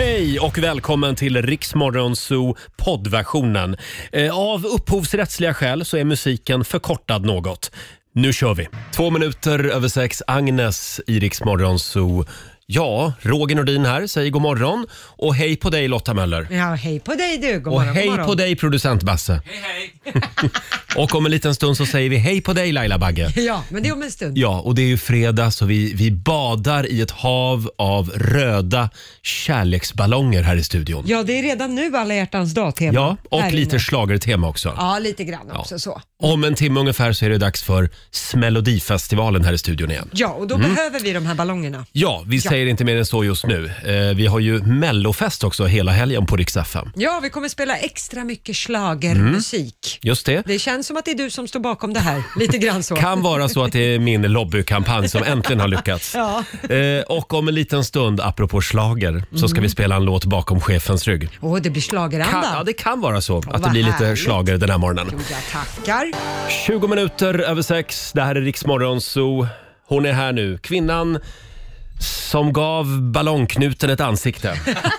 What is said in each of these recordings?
Hej och välkommen till Riksmorgon Zoo poddversionen. Av upphovsrättsliga skäl så är musiken förkortad något. Nu kör vi. 2:02 Agnes i Riksmorgon Zoo. Ja, Roger Nordin här säger god morgon. Och hej på dig Lotta Möller. Ja, hej på dig du. God och morgon, hej god morgon. På dig producent Basse. Hej. Och om en liten stund så säger vi hej på dig Laila Bagge. Ja, men det är om en stund. Ja, och det är ju fredag så vi badar i ett hav av röda kärleksballonger här i studion. Ja, det är redan nu alla hjärtans dag-tema. Ja, och här lite inne. schlagertema också. Ja, lite grann också så. Om en timme ungefär så är det dags för Melodifestivalen här i studion igen. Ja, och då behöver vi de här ballongerna. Ja, vi säger inte mer än så just nu. Vi har ju Mellofest också hela helgen på Rix FM. Ja, vi kommer spela extra mycket schlagermusik. Just det. Det känns som att det är du som står bakom det här. Lite grann så. Kan vara så att det är min lobbykampanj som äntligen har lyckats. Ja. Och om en liten stund, apropå schlager, så ska vi spela en låt bakom chefens rygg. Åh, det blir schlageranda. Ja, det kan vara så att det vad blir lite härligt. schlager den här morgonen. Jo, jag tackar. 6:20. Det här är Riksmorgon Zoo. Hon är här nu. Kvinnan som gav ballongknuten ett ansikte.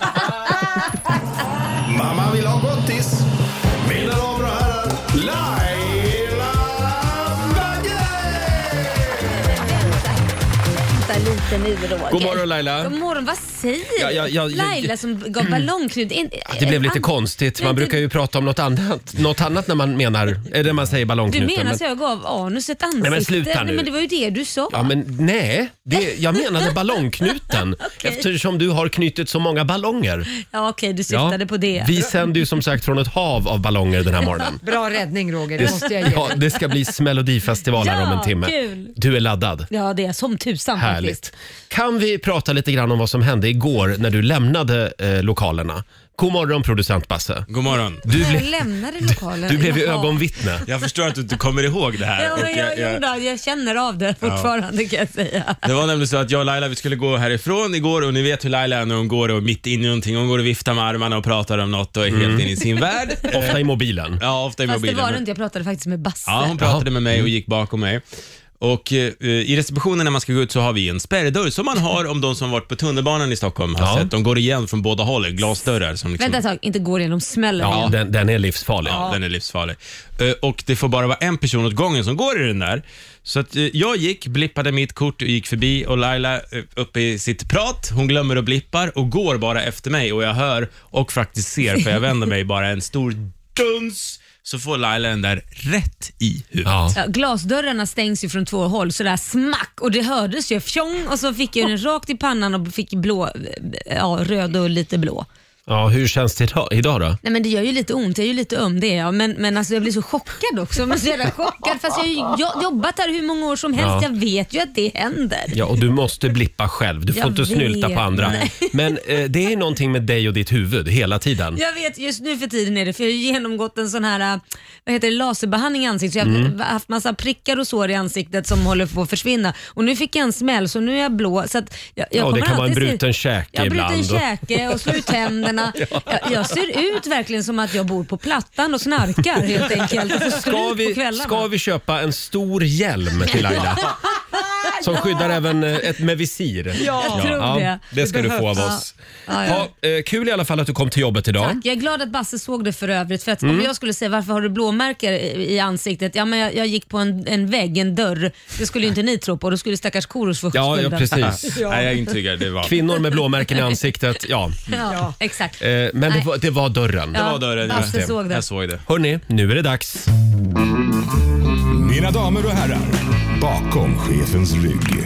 Mamma vill ha gottis. Mina damer och herrar, Laila Bagge! Lite nu, Roger. God morgon Laila. God morgon, vad säger du? Ja, Laila som gav ballongknut. Det blev lite konstigt. Man brukar ju prata om något annat när man menar, när man säger Du ballongknuten. menar så jag gav anus ett ansikte? Nej, men sluta nu. Nej, men det var ju det du sa. Ja, men nej. Jag menade ballongknuten. Okej. Eftersom du har knutit så många ballonger. Ja, okej, du syftade på det. Vi sänder ju som sagt från ett hav av ballonger den här morgonen. Bra räddning Roger, det måste jag ge. Ja, det ska bli Melodifestival här Ja, om en timme. kul. Du är laddad. Ja, det är som tusan Härligt. faktiskt. Kan vi prata lite grann om vad som hände igår när du lämnade lokalerna? God morgon producent Basse. God morgon. Jag lämnade lokalen. Du blev ju Jaha. ögonvittne. Jag förstår att du inte kommer ihåg det här. Ja, men Och jag känner av det fortfarande kan jag säga. det var nämligen så att jag och Laila vi skulle gå härifrån igår och ni vet hur Laila är när hon går och mitt inne i någonting. Hon går och viftar med armarna och pratar om något och är helt inne i sin värld. Ofta i mobilen. Ja, ofta i Fast det mobilen. var det inte, jag pratade faktiskt med Basse. Ja, hon pratade med mig och gick bakom mig. Och i receptionen när man ska gå ut så har vi en spärrdörr som man har om de som varit på tunnelbanan i Stockholm har sett. De går igen från båda håll, glasdörrar som liksom... Vänta ett tag, inte går igenom smällen Ja, igen. den är livsfarlig. Ja, den är livsfarlig. Och det får bara vara en person åt gången som går i den där. Så att jag blippade mitt kort och gick förbi och Laila uppe i sitt prat, hon glömmer och blippar och går bara efter mig och jag hör och faktiskt ser, för jag vänder mig bara en stor duns, så får Laila den där rätt i huvudet. Ja. Ja, glasdörrarna stängs ju från två håll, så där smack, och det hördes ju fjong, och så fick jag den rakt i pannan och fick röd och lite blå. Ja, hur känns det idag då? Nej, men det gör ju lite ont, jag är ju lite det är jag. Men alltså, jag blir så chockad också. Men så jävla chockad, fast jag har ju jobbat här hur många år som helst. Ja. Jag vet ju att det händer. Ja, och du måste blippa själv. Du får Jag inte snylta vet. på andra. Nej. Men det är någonting med dig och ditt huvud hela tiden. Jag vet, just nu för tiden är det, för jag har ju genomgått en sån här laserbehandling i ansiktet, så jag har haft massa prickar och sår i ansiktet som håller på att försvinna, och nu fick jag en smäll, så nu är jag blå, så att jag Ja, kommer det kan vara en alltid bruten käke jag har ibland. bruten käke och slår ut tänderna. Jag ser ut verkligen som att jag bor på Plattan och snarkar helt enkelt och får stryk på kvällarna. Ska vi köpa en stor hjälm till Laila? Som skyddar även med visir. Jag tror det. Det ska du få av oss. Ja. Kul i alla fall att du kom till jobbet idag. Tack. Jag är glad att Basse såg det för övrigt. För att om jag skulle säga varför har du blåmärken i ansiktet? Ja, men jag gick på en vägg, en dörr. Det skulle ju inte ni tro på. Då skulle stackars Korosh få Ja, skulden. precis. Nej, jag intygar, det var... Kvinnor med blåmärken i ansiktet, ja. Ja, exakt. Men det var dörren. Det var dörren. Basse jag såg det. Jag såg det. Hörrni, nu är det dags. Mina damer och herrar, bakom chefens rygg.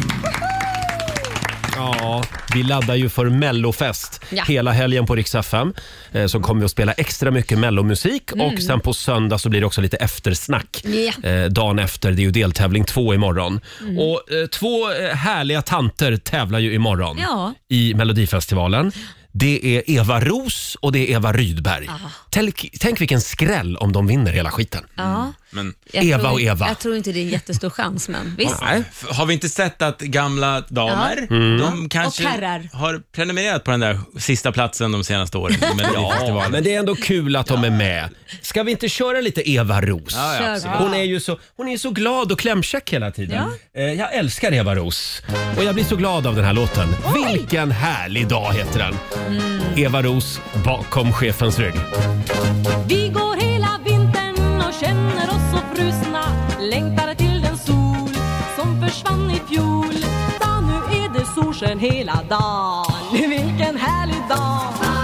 Ja, vi laddar ju för Mellofest hela helgen på Rix FM. Så kommer vi att spela extra mycket mellomusik och sen på söndag så blir det också lite eftersnack. Dagen efter, det är ju deltävling 2 imorgon. Och 2 härliga tanter tävlar ju imorgon i Melodifestivalen. Det är Eva Ros och det är Eva Rydberg. Tänk vilken skräll om de vinner hela skiten. Ja. Men... Jag tror inte det är en jättestor chans, men visst. Nej. Har vi inte sett att gamla damer, de kanske har prenumererat på den där sista platsen de senaste åren? Ja, men det är ändå kul att de är med. Ska vi inte köra lite Eva Ros? Hon är ju så glad och klämkäck hela tiden. Jag älskar Eva Ros. Och jag blir så glad av den här låten. Vilken härlig dag heter den. Eva Ros, Bakom chefens rygg. Vi går hela vintern och känner oss så frusna. Längtar till den sol som försvann i fjol. Da, nu är det solsken hela dagen. Vilken härlig dag.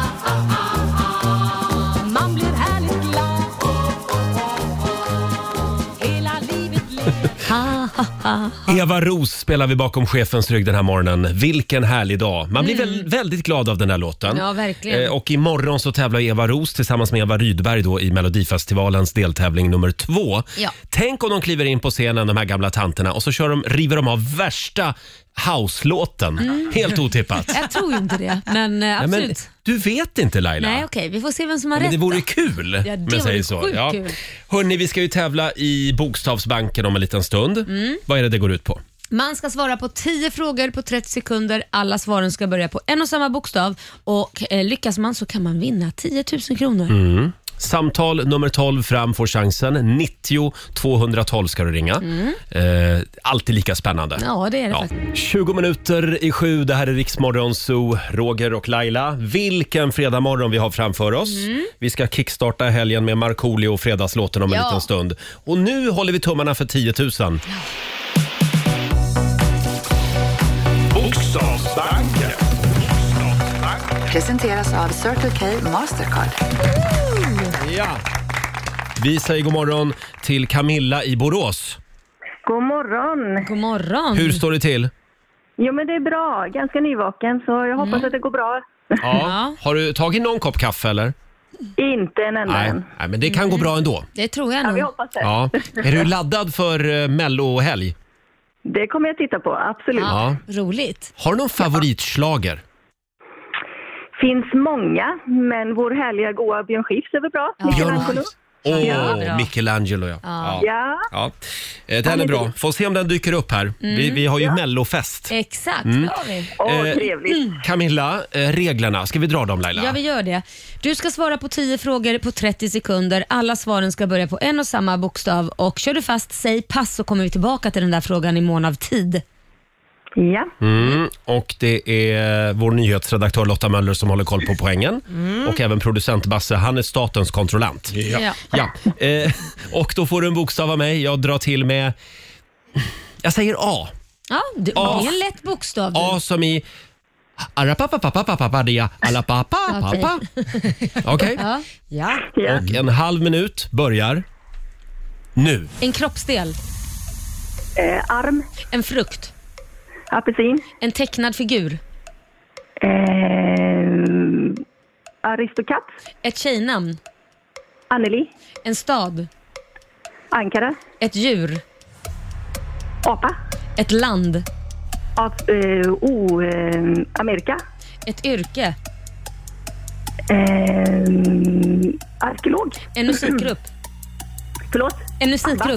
Man blir härligt glad. Hela livet lever. Eva Ros spelar vi Bakom chefens rygg den här morgonen. Vilken härlig dag. Man blir väldigt glad av den här låten. Ja, verkligen. Och imorgon så tävlar Eva Ros tillsammans med Eva Rydberg då i Melodifestivalens deltävling nummer 2. Ja. Tänk om de kliver in på scenen, de här gamla tanterna, och så river de av värsta house-låten. Helt otippat. Jag tror ju inte det, men absolut. Men du vet inte, Laila. Nej, okej. Vi får se vem som har rätt. Men det vore då. kul. Ja, det vore sjukt kul. Hörrni, vi ska ju tävla i Bokstavsbanken om en liten stund. Vad är det går ut på? Man ska svara på 10 frågor på 30 sekunder. Alla svaren ska börja på en och samma bokstav. Och lyckas man så kan man vinna 10 000 kronor. Samtal nummer 12 fram får chansen. 90 212 ska du ringa. Alltid lika spännande. Ja, det är det faktiskt. 20 minuter i 7, det här är Riksmorgon Zoo, Roger och Laila. Vilken fredagmorgon vi har framför oss. Vi ska kickstarta helgen med Markoolio och fredagslåten om en liten stund. Och nu håller vi tummarna för 10 000. Bokstavsbanken. Presenteras av Circle K Mastercard. Ja. Vi säger god morgon till Camilla i Borås. God morgon. God morgon. Hur står det till? Jo, men det är bra. Ganska nyvaken, så jag hoppas att det går bra. Ja. Har du tagit någon kopp kaffe eller? Inte en enda än. Nej, men det kan gå bra ändå. Det tror jag Ja, nog. vi hoppas det. Ja. Är du laddad för Mello-helg? Det kommer jag titta på, absolut. Ja. Roligt. Har du någon favoritslager? Finns många, men vår härliga goa Björn Skifs är väl bra. Michelangelo. bra. Michelangelo, ja. Ja. Den är bra. Får se om den dyker upp här. Vi har ju Mellofest. Exakt, det har vi. Trevligt. Camilla, reglerna. Ska vi dra dem, Laila? Ja, vi gör det. Du ska svara på 10 frågor på 30 sekunder. Alla svaren ska börja på en och samma bokstav. Och kör du fast, säg pass, så kommer vi tillbaka till den där frågan i mån av tid. Ja. Och det är vår nyhetsredaktör Lotta Möller som håller koll på poängen. Och även producent Basse, han är statens kontrollant. Ja. Och då får du en bokstav av mig. Jag drar till med... Jag säger A. Ja, det är en lätt bokstav. A som i... Okej. Ja. Och en halv minut börjar nu. En kroppsdel. Arm. En frukt. Apelsin. En tecknad figur. Aristokat. Ett tjejnamn. Anneli. En stad. Ankara. Ett djur. Apa. Ett land. Amerika. Ett yrke. Arkeolog. En musikgrupp. Förlåt? En musikgrupp.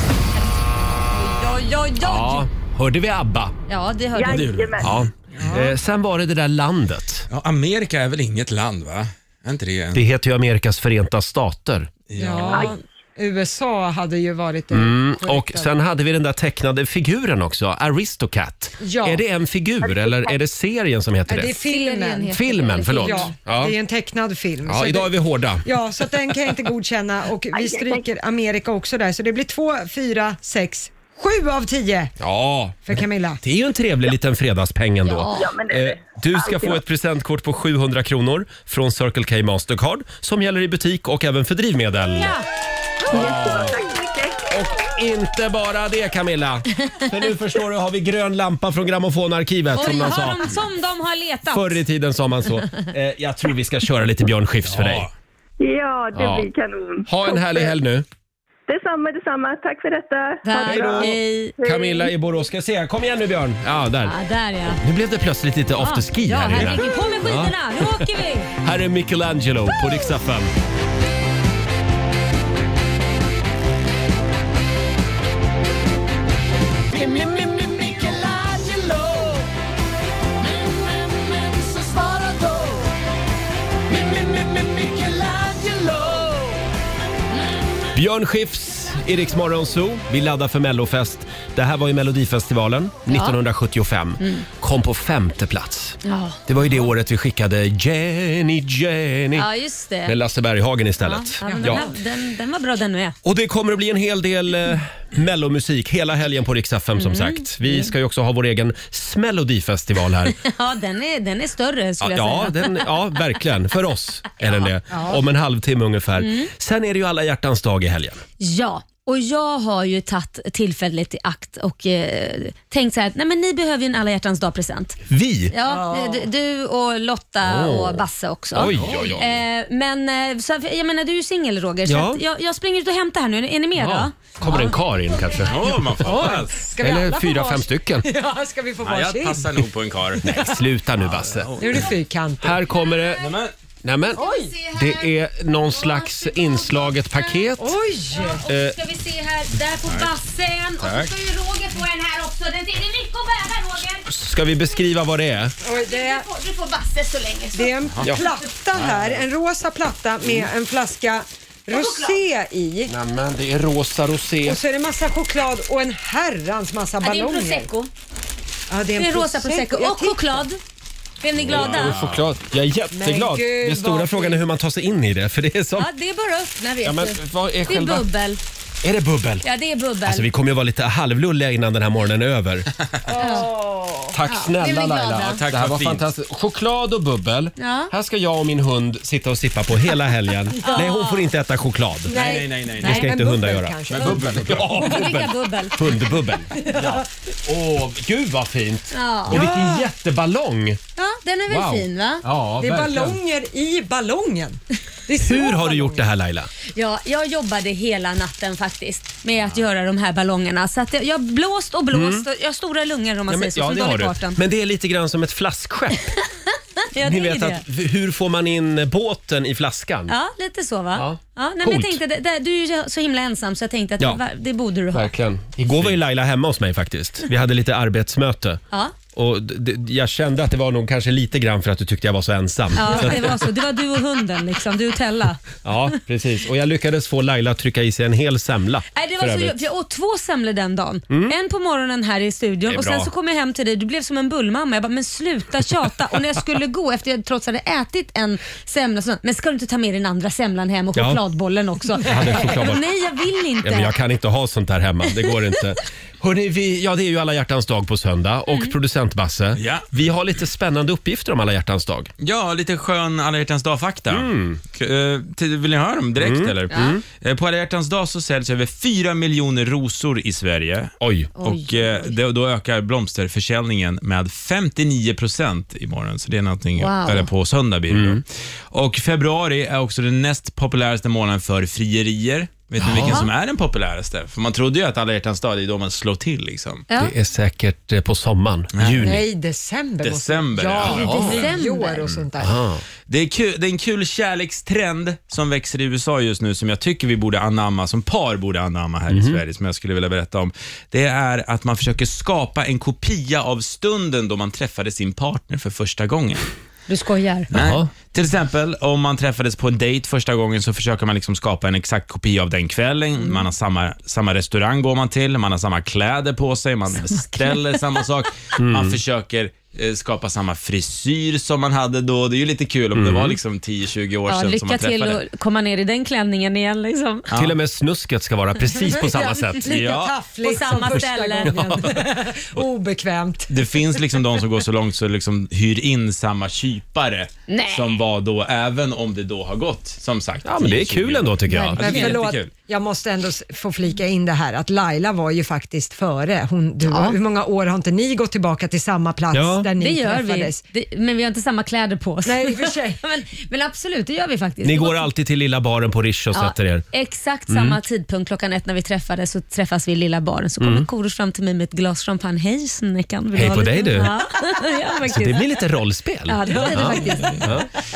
Ja, hörde vi ABBA? Ja, det hörde du. Jajamän. Ja. Sen var det där landet. Ja, Amerika är väl inget land, va? Är inte det? Det heter ju Amerikas Förenta Stater. Ja, USA hade ju varit det. Och sen hade vi den där tecknade figuren också, Aristocat. Ja. Är det en figur eller är det serien som heter Det är det? filmen. Filmen, förlåt. Ja, det är en tecknad film. Ja, idag är vi hårda. Ja, så att den kan jag inte godkänna och vi stryker Amerika också där. Så det blir 2, 4, 6, 7 av 10 Ja, för Camilla. det är ju en trevlig liten fredagspeng ändå. Ja, men det är det. Du ska få ett presentkort på 700 kronor från Circle K Mastercard som gäller i butik och även för drivmedel. Tack så mycket. Och inte bara det, Camilla. För nu förstår du, har vi grön lampa från grammofonarkivet som man sa. Som de har letat. Förr i tiden sa man så. Jag tror vi ska köra lite Björn Skifs för dig. Ja, det blir kanon. Ha en härlig helg nu. Detsamma. Tack för detta. Hej då. Hej. Camilla i Borås. Ska se. Kom igen nu, Björn. Ja, där. Ja, där ja. Nu blev det plötsligt lite afterski Ja, här inne. herregud. På med skidorna. Nu åker vi. Här är Michelangelo på Rix FM. Michelangelo. Men så svara då. Michelangelo. Björn Skifs i Rix Morgon Zoo. Vi laddar för Mellofest. Det här var ju Melodifestivalen 1975. Kom på 5:e plats. Ja. Det var ju det året vi skickade Jenny. Ja, just det. Med Lasse Berghagen istället. Ja, men den var bra den med. Och det kommer att bli en hel del mellomusik hela helgen på Rix FM som sagt. Vi ska ju också ha vår egen Smelodifestival här. Ja, den är större skulle jag säga. Ja, verkligen. För oss är den det. Om en halvtimme ungefär. Sen är det ju alla hjärtans dag i helgen. Ja. Och jag har ju tagit tillfället i akt och tänkt så här, nej men ni behöver ju en alla hjärtans dag-present. Vi? Ja, du och Lotta och Basse också. Oj. Men så, jag menar, du är ju singel, Roger, så att jag springer ut och hämtar här nu. Är ni med då? Kommer en kar in kanske? Man får Eller 4-5 stycken. Ja, ska vi få varsin? jag passar nog på en kar. Nej, sluta nu Basse. Nu är det fyrkantigt. Här kommer det. Nämen, det är någon slags inslaget paket. Oj! Ska vi se här, där får Bassen. Och så ska ju Roger få en här också. Det är mycket att bära, Roger. Ska vi beskriva vad det är? Oj, Du får Basse så länge. Så. det är en platta här, en rosa platta med en flaska rosé i. Nämen, det är rosa rosé. Och så är det massa choklad och en herrans massa ballonger. Det är en prosecco. Ja, det är Det är rosa prosecco och choklad. Är ni glada? Choklad. Jag är jätteglad. Men gud, Den stora vad frågan är hur man tar sig in i det. För det är som... Ja, det är bara att öppna, vet men du. vad är Det är själva... bubbel. Är det bubbel? Ja, det är bubbel. Alltså vi kommer ju vara lite halvlulliga innan den här morgonen är över. Tack är snälla vi glada? Laila. Tack, det här vad var fint. fantastiskt. Choklad och bubbel. Ja. Här ska jag och min hund sitta och sippa på hela helgen. Nej, hon får inte äta choklad. Nej. Det ska inte hundar göra. Kanske. Men bubbel. Ja, Vi dricker bubbel. hundbubbel. Ja. Åh, gud vad fint. Ja. Och vilken jätteballong. Ja, den är väl Wow. fin, va? Ja, Det är verkligen. ballonger i ballongen. Det är så Hur har du ballonger. gjort det här Laila? Ja, jag jobbade hela natten faktiskt med att göra de här ballongerna. Så att jag har blåst och blåst. Och jag har stora lungor om man säger så. Ja, Som det har Dolly du. Parton. Men det är lite grann som ett flaskskepp. Ja, Ni det är vet det. att hur får man in båten i flaskan? Ja, lite så va? Ja. Ja, nej, men jag Coolt. tänkte, du är ju så himla ensam så jag tänkte att Ja. det borde du ha. Verkligen. Igår var ju Laila hemma hos mig faktiskt. Vi hade lite arbetsmöte. Ja. Och jag kände att det var nog kanske lite grann för att du tyckte jag var så ensam. Ja, Så att, det var så. Det var du och hunden liksom, du och Tella. ja, precis. Och jag lyckades få Laila att trycka i sig en hel semla. Nej, det för var så, övrigt. jag åt 2 semlor den dagen. En på morgonen här i studion är och sen bra. så kom jag hem till dig. Du blev som en bullmamma. Jag bara, men sluta tjata. Och när jag skulle gå efter jag trots hade ätit en semla så, men ska du inte ta med den andra semlan hem och Ja. chokladbollen också? hade en chokladboll. Nej, jag vill inte. Ja, men jag kan inte ha sånt där hemma. Det går inte. Hörrni, det är ju alla hjärtans dag på söndag och producent Basse. Ja. Vi har lite spännande uppgifter om alla hjärtans dag. Ja, lite skön alla hjärtans dag-fakta. Vill ni höra dem direkt eller? På alla hjärtans dag så säljs över 4 miljoner rosor i Sverige. Oj. Och då ökar blomsterförsäljningen med 59% imorgon. Så det är någonting, Wow. eller på söndag blir det då. Och februari är också den näst populäraste månaden för frierier. Vet ni vilken som är den populäraste? För man trodde ju att alla hjärtans dag, det är då man slår till liksom. Ja. Det är säkert på sommaren, juni. Nej, december. December, Ja, ja. nyår och sånt där. Det är en kul kärlekstrend som växer i USA just nu som jag tycker vi borde anamma, som par borde anamma här i Sverige, som jag skulle vilja berätta om. Det är att man försöker skapa en kopia av stunden då man träffade sin partner för första gången. Du skojar. Nej. Jaha. Till exempel om man träffades på en dejt första gången så försöker man liksom skapa en exakt kopia av den kvällen. Man har samma restaurang går man till, man har samma kläder på sig, man beställer samma sak. Man försöker skapa samma frisyr som man hade då. Det är ju lite kul om det var liksom 10-20 år Ja, sedan som lycka man till träffade. att komma ner i den klänningen igen liksom. Till och med snusket ska vara precis på samma sätt. Lika Ja. taffligt På samma som första ställe. gången. Obekvämt. Det finns liksom de som går så långt så liksom hyr in samma kypare Nej. som var då, även om det då har gått, som sagt. Ja, men det är 10-20 kul ändå tycker jag. Ja, Men det är förlåt, jättekul. jag måste ändå få flika in det här att Laila var ju faktiskt före. Hur många år har inte ni gått tillbaka till samma plats Ja. där ni Det gör träffades? vi. Men vi har inte samma kläder på oss. Nej, i och för sig. men absolut, det gör vi faktiskt. Ni Det går var- alltid till lilla baren på Rish och sätter er. Exakt samma tidpunkt, 1:00 när vi träffades, så träffas vi i lilla baren. Så kommer Korosh fram till mig med ett glas champagne. Hej Snäckan, vill du Hej ha på lite? dig, du. Ja, ja Så faktiskt. det blir lite rollspel. Ja, det blir det faktiskt.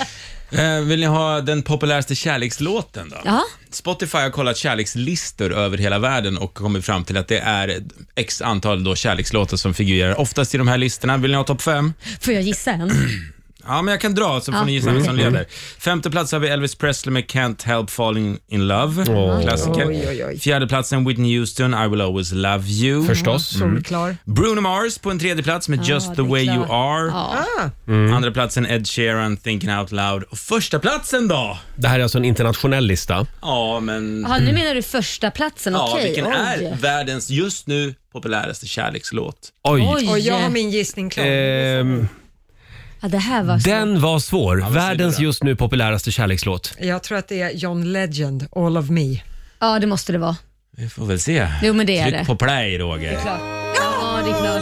Vill ni ha den populäraste kärlekslåten då? Ja. Spotify har kollat kärlekslistor över hela världen och kommit fram till att det är x antal då kärlekslåtar som figurerar oftast i de här listorna. Vill ni ha topp 5? Får jag gissa en? Ja, men jag kan dra så får ni gissa vem som leder. 5:e plats har vi Elvis Presley med Can't Help Falling in Love. Klassiker. Oj. 4:e platsen Whitney Houston, I Will Always Love You. Förstås. Solklar. Bruno Mars på en 3:e plats med Just the Way You Are. 2:a platsen Ed Sheeran, Thinking Out Loud. Och 1:a platsen då? Det här är alltså en internationell lista. Ja, men... Ja, nu menar du första platsen. Ja, Okej. vilken är världens just nu populäraste kärlekslåt? Och jag har min gissning klar. Ja, det här var svårt. Den var svår. Världens du då? just nu populäraste kärlekslåt. Jag tror att det är John Legend, All of Me. Ja, det måste det vara. Vi får väl se. Jo, men det är Tryck det. på play, Roger. Klart. Ja, det är klart.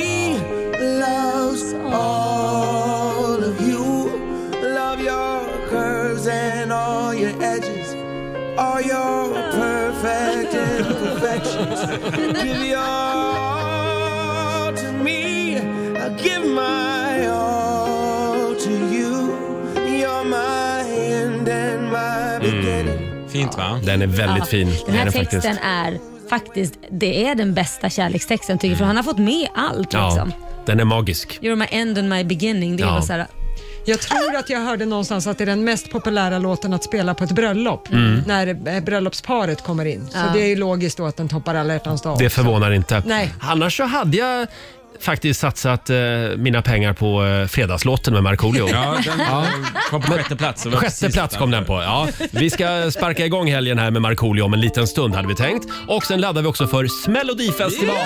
Fint, va? Den är väldigt fin. Den här är texten är faktiskt, det är den bästa kärlekstexten tycker jag, för han har fått med allt liksom. Den är magisk. You're my end and my beginning. Det är bara så här. Jag tror att jag hörde någonstans att det är den mest populära låten att spela på ett bröllop när bröllopsparet kommer in. Så det är ju logiskt då att den toppar alla hjärtans dag. Det förvånar inte. Nej. Annars så hade jag faktiskt satsat mina pengar på fredagslåten med Markoolio. Ja, den kom på 6:e plats. Det var 6:e plats kom den på. Ja, vi ska sparka igång helgen här med Markoolio om en liten stund hade vi tänkt. Och sen laddar vi också för Smelodifestival.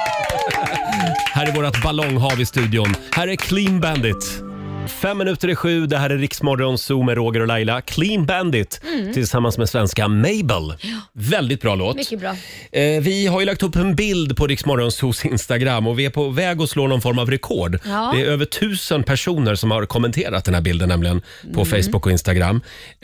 Här är vårt ballonghav i studion. Här är Clean Bandit. 6:55, det här är Riksmorgon Zoo med Roger och Laila. Clean Bandit tillsammans med svenska Mabel. Väldigt bra låt. Mycket bra. Vi har ju lagt upp en bild på Riksmorgon Zoos Instagram och vi är på väg att slå någon form av rekord. Ja. Det är över 1000 personer som har kommenterat den här bilden nämligen på Facebook och Instagram.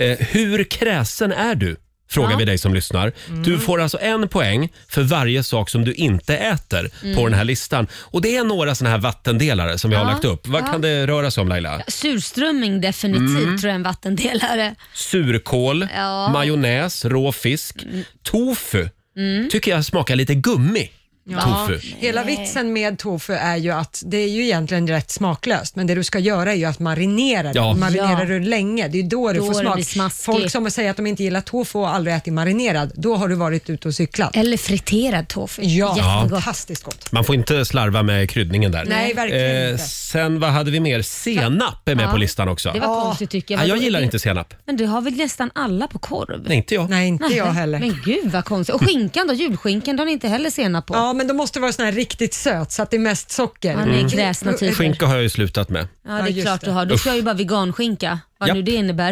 Hur kräsen är du? Frågar vi dig som lyssnar. Du får alltså 1 poäng för varje sak som du inte äter på den här listan. Och det är några såna här vattendelare som vi har lagt upp. Vad kan det röra sig om, Laila? Surströmming definitivt tror jag är en vattendelare. Surkål, majonnäs, rå fisk, tofu. Tycker jag smakar lite gummi. Tofu. Hela vitsen med tofu är ju att det är ju egentligen rätt smaklöst, men det du ska göra är ju att marinera det. Marinerar du länge, det är då du får smak. Folk som säger att de inte gillar tofu och aldrig ätit marinerad, då har du varit ute och cyklat. Eller friterad tofu. Ja, fantastiskt gott. Man får inte slarva med kryddningen där. Nej, verkligen inte. Sen, vad hade vi mer? Senap är med på listan också. Det var konstigt tycker jag. Jag gillar inte senap. Men det har väl nästan alla på korv? Nej, inte jag. Nej, inte jag heller. Men gud vad konstigt. Och skinkan då? Julskinkan, då har ni inte heller senap på? Ja, men då måste det vara sån här riktigt söt så att det är mest socker. Ja, ni är kräsna typer. Skinka har jag ju slutat med. Ja, det är klart du har. Du kör ju bara veganskinka. Vad nu det innebär.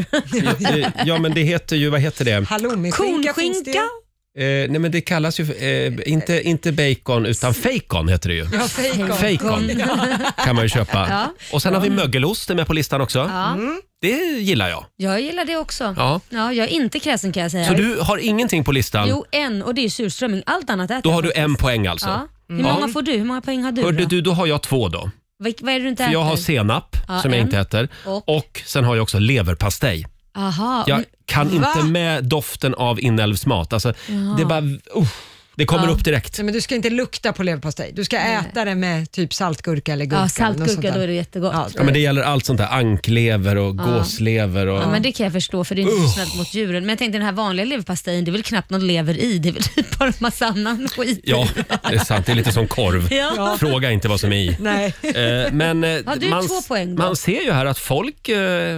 Ja, men det heter ju, vad heter det? Halloumi-skinka. Kornskinka? Nej, men det kallas ju inte bacon utan fejkon heter det ju. Ja, fejkon kan man ju köpa. Ja. Och sen har vi mögelost med på listan också. Ja. Det gillar jag. Jag gillar det också. Ja. Ja, jag är inte kräsen kan jag säga. Så du har ingenting på listan? Jo, och det är surströmming. Allt annat äter Då jag har du faktiskt. 1 poäng alltså. Ja. Hur många får du? Hur många poäng har du Hörde då? då har jag 2 då. Vad är det du inte För äter? jag har senap som jag inte äter. Och sen har jag också leverpastej. Aha. Jag kan inte med doften av inälvsmat. Alltså, det är bara... Det kommer upp direkt. Nej, men du ska inte lukta på leverpastej. Du ska äta det med typ saltgurka eller gurka. Ja, saltgurka, då är det jättegott. Ja, men det gäller allt sånt där. Anklever och gåslever. Och... Ja, men det kan jag förstå för det är inte så snällt mot djuren. Men jag tänkte den här vanliga leverpastejen, det är väl knappt någon lever i. Det är väl typ bara en massa annan skit. Ja, det är sant. Det är lite som korv. Ja. Fråga inte vad som är i. Nej. Men har du 2 poäng då? Man ser ju här att folk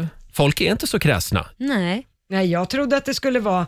är inte så kräsna. Nej, jag trodde att det skulle vara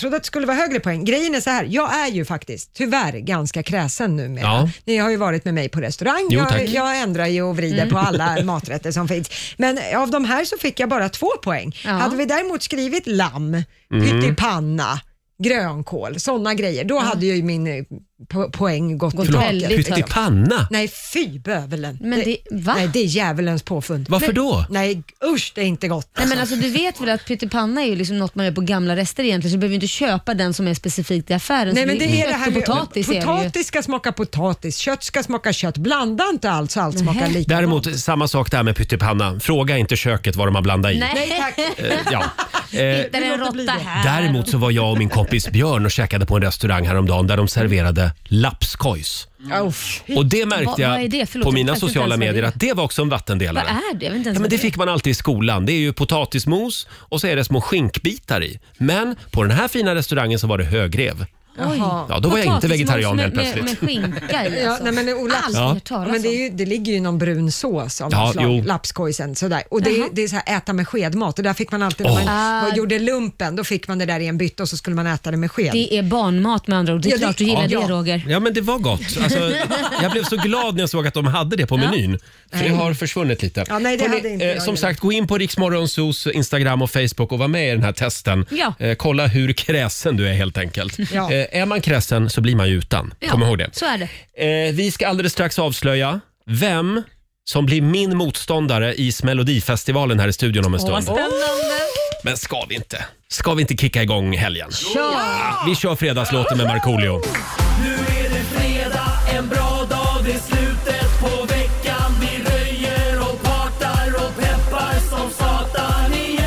högre poäng. Grejen är så här, jag är ju faktiskt tyvärr ganska kräsen numera. Ja. Ni har ju varit med mig på restaurang. Jo, jag ändrar ju och vrider på alla maträtter som finns. Men av de här så fick jag bara 2 poäng. Ja. Hade vi däremot skrivit lamm, pyttipanna, grönkål, sådana grejer, då hade ju min poäng gått i taket. Pyttipanna? Nej, fy bövelen. Men nej, det är djävulens påfund. Varför då? Nej, usch, det är inte gott. Nej, men alltså, du vet väl att pyttipanna är ju liksom något man gör på gamla rester egentligen, så du behöver inte köpa den som är specifikt i affären. Nej, men det är det här med potatis ska smaka potatis, kött ska smaka kött. Blanda inte alls, allt smakar lika. Däremot samma sak där med pyttipanna. Fråga inte köket vad de har blandat i. Nej, tack. Ja. Inte en råtta här. Däremot så var jag och min kompis Björn och käkade på en restaurang häromdagen där de serverade lapskojs. Och det märkte jag på mina sociala medier att det var också en vattendelare. Vad är det? Jag vet inte ens men det fick man alltid i skolan. Det är ju potatismos och så är det små skinkbitar i. Men på den här fina restaurangen så var det högrev. Ja, då var jag inte vegetarian helt plötsligt. Med skinka i alltså. Nej, men det ligger ju någon brun sås av lapskojsen sådär. Och det är så här äta med skedmat. Och där fick man alltid när man gjorde lumpen, då fick man det där i en bytta och så skulle man äta det med sked. Det är barnmat med andra ord. Det är klart du gillar det, Roger. Ja, men det var gott. Alltså, jag blev så glad när jag såg att de hade det på menyn. För det har försvunnit lite. Ja, nej, det hade inte jag som sagt, gå in på Rix Morgonzos Instagram och Facebook och var med i den här testen. Kolla hur kräsen du är helt enkelt. Är man kräsen så blir man ju utan. Kom ihåg det. Så är det. Vi ska alldeles strax avslöja vem som blir min motståndare i Melodifestivalen här i studion om en stund. Spännande. Men ska vi inte kicka igång helgen? Vi kör fredagslåten med Markoolio. Nu är det fredag, en bra dag, det är slutet på veckan. Vi röjer och partar och peppar som satan igen.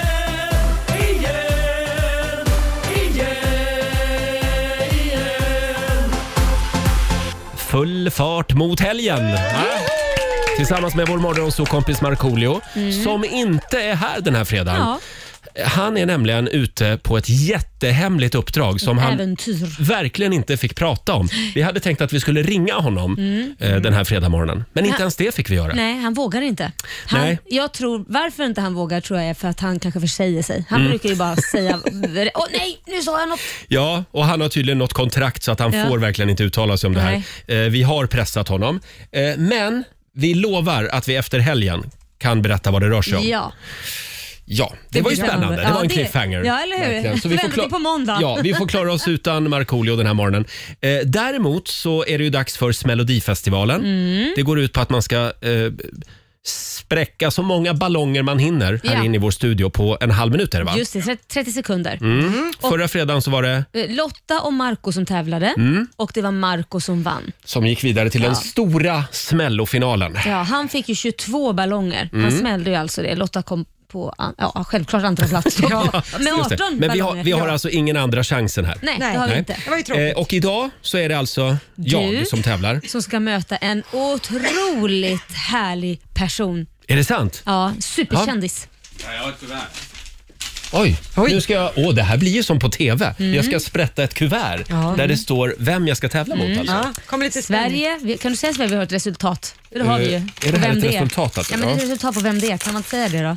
Full fart mot helgen. Tillsammans med vår morgonsåkompis Markoolio som inte är här den här fredagen. Han är nämligen ute på ett jättehemligt uppdrag som han verkligen inte fick prata om. Vi hade tänkt att vi skulle ringa honom den här fredagmorgonen. Men inte ens det fick vi göra. Nej, han vågar inte. Jag tror, varför inte han vågar tror jag är för att han kanske försäger sig. Han brukar ju bara säga, nej, nu sa jag något. Ja, och han har tydligen något kontrakt så att han får verkligen inte uttala sig om det här. Vi har pressat honom. Men vi lovar att vi efter helgen kan berätta vad det rör sig om. Ja, det var ju spännande. Det var en cliffhanger. Ja, eller hur? Så vi får på måndag. Ja, vi får klara oss utan Markoolio den här morgonen. Däremot så är det ju dags för Melodifestivalen. Det går ut på att man ska spräcka så många ballonger man hinner här inne i vår studio på en halv minut. Är det, va? Just det, 30 sekunder. Förra fredagen så var det Lotta och Marco som tävlade och det var Marco som vann. Som gick vidare till den stora smällofinalen. Ja, han fick ju 22 ballonger. Han smällde ju alltså det. Lotta kom på självklart andra plats. Med 18 Men vi har alltså ingen andra chansen här. Nej, det har vi inte. Det var ju tråkigt. Och idag så är det alltså jag som tävlar. Som ska möta en otroligt härlig person. Är det sant? Ja, superkändis. Ja, jag har ett kuvert. Oj. Nu ska jag... det här blir ju som på TV. Jag ska sprätta ett kuvert där det står vem jag ska tävla mot. Alltså. Kommer lite Sverige, kan du säga Sverige vi har ett resultat? Det har vi ju. Är det här ett resultat? Alltså? Ja, men det är ett resultat på vem det är. Kan man inte säga det då?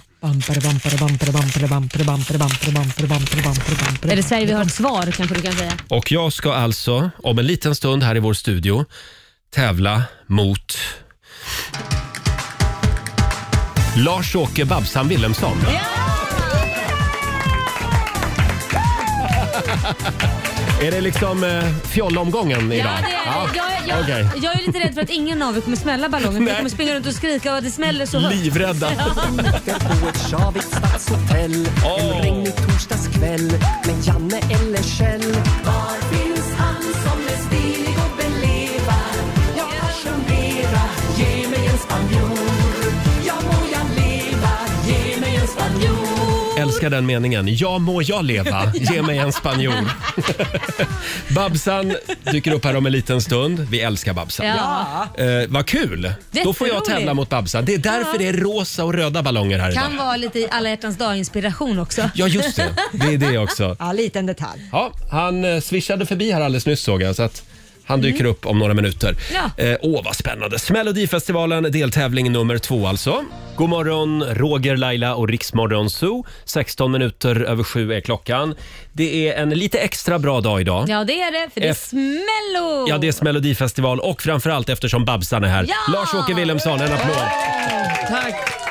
Är det Sverige vi har ett svar kanske du kan säga? Och jag ska alltså om en liten stund här i vår studio tävla mot Lars-Åke Babsan Willemsson. Är det liksom fjollomgången idag? Ja, det är jag är lite rädd för att ingen av er kommer smälla ballongen. För jag kommer springa runt och skrika och att det smäller så högt. Livrädda. På ett tjavigt stadshotell en regnig torsdagskväll med Janne eller Kjell. Var finns han som är stilig och belevar? Jag passionerar, ge mig en spanjor. Ja, må jag leva, ge mig en spanjor. Älskar den meningen. Ja, må jag leva. Ge mig en spanjor. Babsan dyker upp här om en liten stund. Vi älskar Babsan. Ja. Vad kul. Då får jag tävla mot Babsan. Det är därför det är rosa och röda ballonger här idag. Kan vara lite i alla hjärtans dag-inspiration också. Ja, just det. Det är det också. Ja, liten detalj. Ja, han swishade förbi här alldeles nyss såg jag, så att han dyker upp om några minuter. Vad spännande. Melodifestivalen, deltävling nummer 2 alltså. God morgon, Roger, Laila och Rix Morgon Zoo. 16 minuter över 7 är klockan. Det är en lite extra bra dag idag. Ja, det är det, för det är Smello. Ja, det är Melodifestival och framförallt eftersom Babsan är här. Ja! Lars-Åke Willemsson, en applåd. Tack!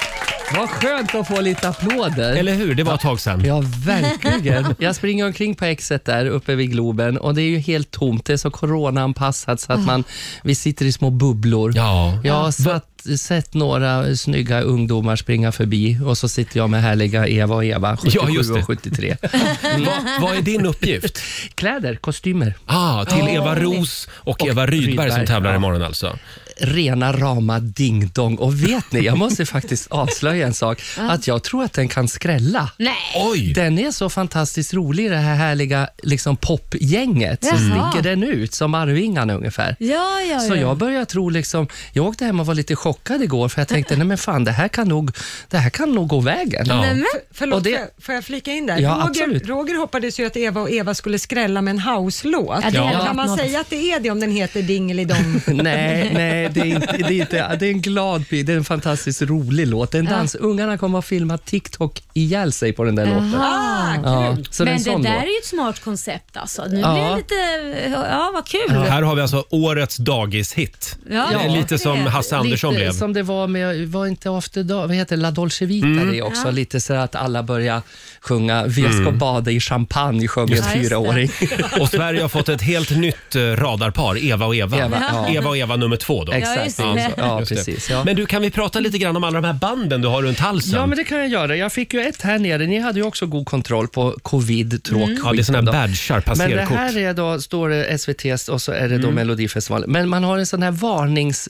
Vad skönt att få lite applåder. Eller hur? Det var ett tag sedan. Ja, verkligen. Jag springer omkring på Exet där uppe vid Globen och det är ju helt tomt. Det är så coronaanpassat så att vi sitter i små bubblor. Ja. Jag har sett några snygga ungdomar springa förbi och så sitter jag med härliga Eva och Eva, 77 och 73. Vad är din uppgift? Kläder, kostymer. Till Eva Ros och Eva Rydberg som tävlar imorgon alltså. Rena rama ding-dong. Och vet ni, jag måste faktiskt avslöja en sak. Att jag tror att den kan skrälla. Nej. Oj. Den är så fantastiskt rolig, det här härliga liksom popgänget. Så sticker den ut som Arvingarna ungefär. Ja. Så jag börjar tro liksom, jag åkte hem och var lite chockad igår för jag tänkte, nej men fan, det här kan nog gå vägen. Ja. Förlåt, får jag flika in där? Ja, Roger hoppades ju att Eva och Eva skulle skrälla med en house-låt. Kan man säga att det är det om den heter Dingelidong? Nej, det är en glad, det är en fantastiskt rolig låt. En dans. Ungarna kommer att filma TikTok ihjäl sig på den där låten. Så men det där är ju ett smart koncept alltså. Nu blir det lite, vad kul. Här har vi alltså årets dagishit. Lite som Hasse Andersson blev. Som det var med, var inte After Dark, vad heter La Dolce Vita det också. Lite så att alla börjar sjunga Vi ska bada i champagne, sjöng en 4-åring. Och Sverige har fått ett helt nytt radarpar, Eva och Eva. Eva och Eva nummer 2 då. Exakt. Precis. Ja. Men du, kan vi prata lite grann om alla de här banden du har runt halsen? Ja, men det kan jag göra. Jag fick ju ett här nere. Ni hade ju också god kontroll på covid, tråkskit. Ja, det är sådana här badgar, passerkort. Men det här är då, står det SVT och så är det då Melodifestivalen. Men man har en sån här varnings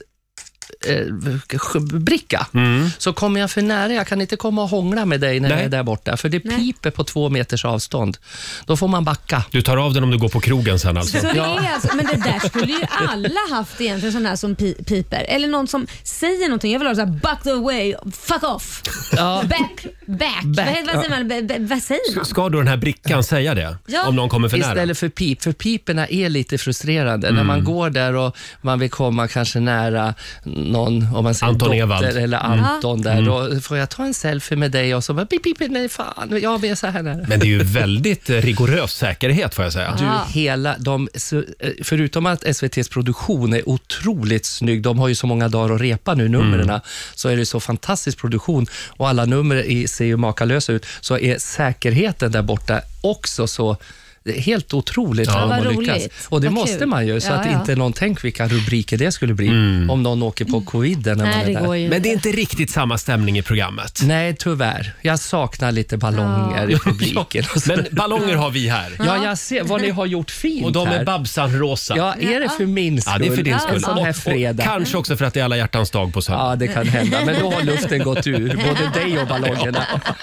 bricka. Så kommer jag för nära, jag kan inte komma och hångla med dig när jag är där borta, för det piper på 2 meters avstånd. Då får man backa. Du tar av den om du går på krogen sen alltså. Så det är alltså, men det där skulle ju alla haft egentligen, sån här som piper. Eller någon som säger någonting. Jag vill ha så här, back the way, fuck off. Back. Vad säger man? Ska då den här brickan säga det? Om någon kommer för nära? Istället för pip. För piperna är lite frustrerande. När man går där och man vill komma kanske nära någon, om man säger Anton Ewald eller Anton där, då får jag ta en selfie med dig och så bara pip, nej fan, jag är så här nära. Men det är ju väldigt rigorös säkerhet får jag säga. Förutom att SVT:s produktion är otroligt snygg, de har ju så många dagar att repa nu numren, så är det så fantastisk produktion och alla nummer ser ju makalösa ut, så är säkerheten där borta också så helt otroligt vad man lyckas. Och det måste man ju, så att inte någon tänker vilka rubriker det skulle bli om någon åker på covid. Men det är inte riktigt samma stämning i programmet. Nej, tyvärr. Jag saknar lite ballonger i publiken. Men ballonger har vi här. Ja, jag ser vad ni har gjort fint. Och de är här. Babsan-rosa. Ja, är det för min skull? Ja, det är för din skull. En sån här fredag. Och kanske också för att det är alla hjärtans dag på söndag. Ja, det kan hända. Men då har luften gått ur, både dig och ballongerna.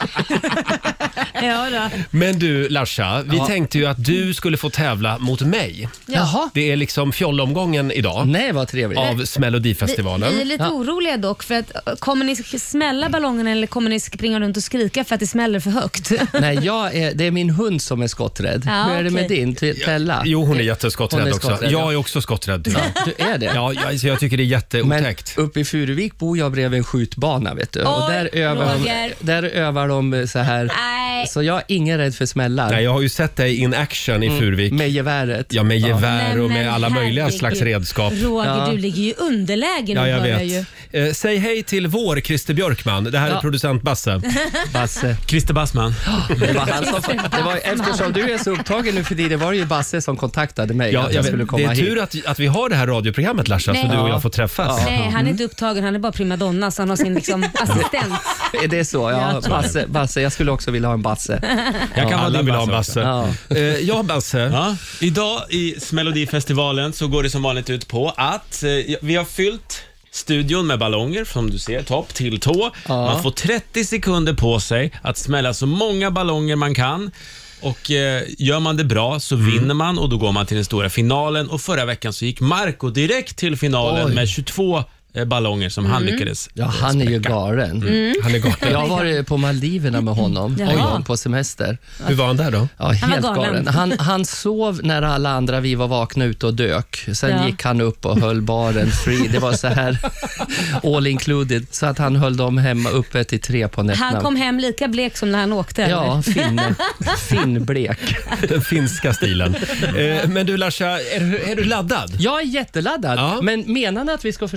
Men du, Larsa, vi tänkte ju att du skulle få tävla mot mig. Jaha. Det är liksom fjollomgången idag. Nej, vad trevligt. Av Melodifestivalen. Vi är lite oroliga dock, för att kommer ni smälla ballongen eller kommer ni springa runt och skrika för att det smäller för högt? Nej, det är min hund som är skotträdd. Hur är det med din, Tella? Jo, hon är jätteskotträdd också. Jag är också skotträdd. Du är det? Ja, jag tycker det är jätteotäckt. Men uppe i Furuvik bor jag bredvid en skjutbana, vet du. Och där övar de så här. Nej. Så jag är ingen rädd för smällar. Nej, jag har ju sett dig in action i Furuvik. Med geväret. Ja, med gevär och med alla möjliga slags redskap. Roger, du ligger ju i underläge nu. Ja, jag vet. Säg hej till vår Christer Björkman. Det här är producent Basse. Christer Bassman. Det var eftersom du är så upptagen nu för det var ju Basse som kontaktade mig. Ja, jag skulle komma. Det är tur att vi har det här radioprogrammet, Larsa, så du och jag får träffas. Nej, han är inte upptagen. Han är bara primadonna, så han har sin liksom assistent. Är det så? Ja, Basse. Jag skulle också vilja ha en Basse. Alla vill ha en Basse. Ja, Basse. Ja. Idag i Melodifestivalen så går det som vanligt ut på att vi har fyllt studion med ballonger, som du ser, topp till tå. Man får 30 sekunder på sig att smälla så många ballonger man kan. Och gör man det bra så vinner man och då går man till den stora finalen. Och förra veckan så gick Marco direkt till finalen med 22 ballonger som han lyckades. Ja, han är ju galen. Han är galen. Jag var på Maldiverna med honom på semester. Hur var han där då? Ja, helt galen. Han sov när alla andra vi var vakna ute och dök. Sen gick han upp och höll baren free. Det var så här all included. Så att han höll dem hemma uppe till 3 på nätterna. Han kom hem lika blek som när han åkte. Ja, finblek. Den finska stilen. Men du, Larsa, är du laddad? Jag är jätteladdad. Men menar ni att vi ska förstöra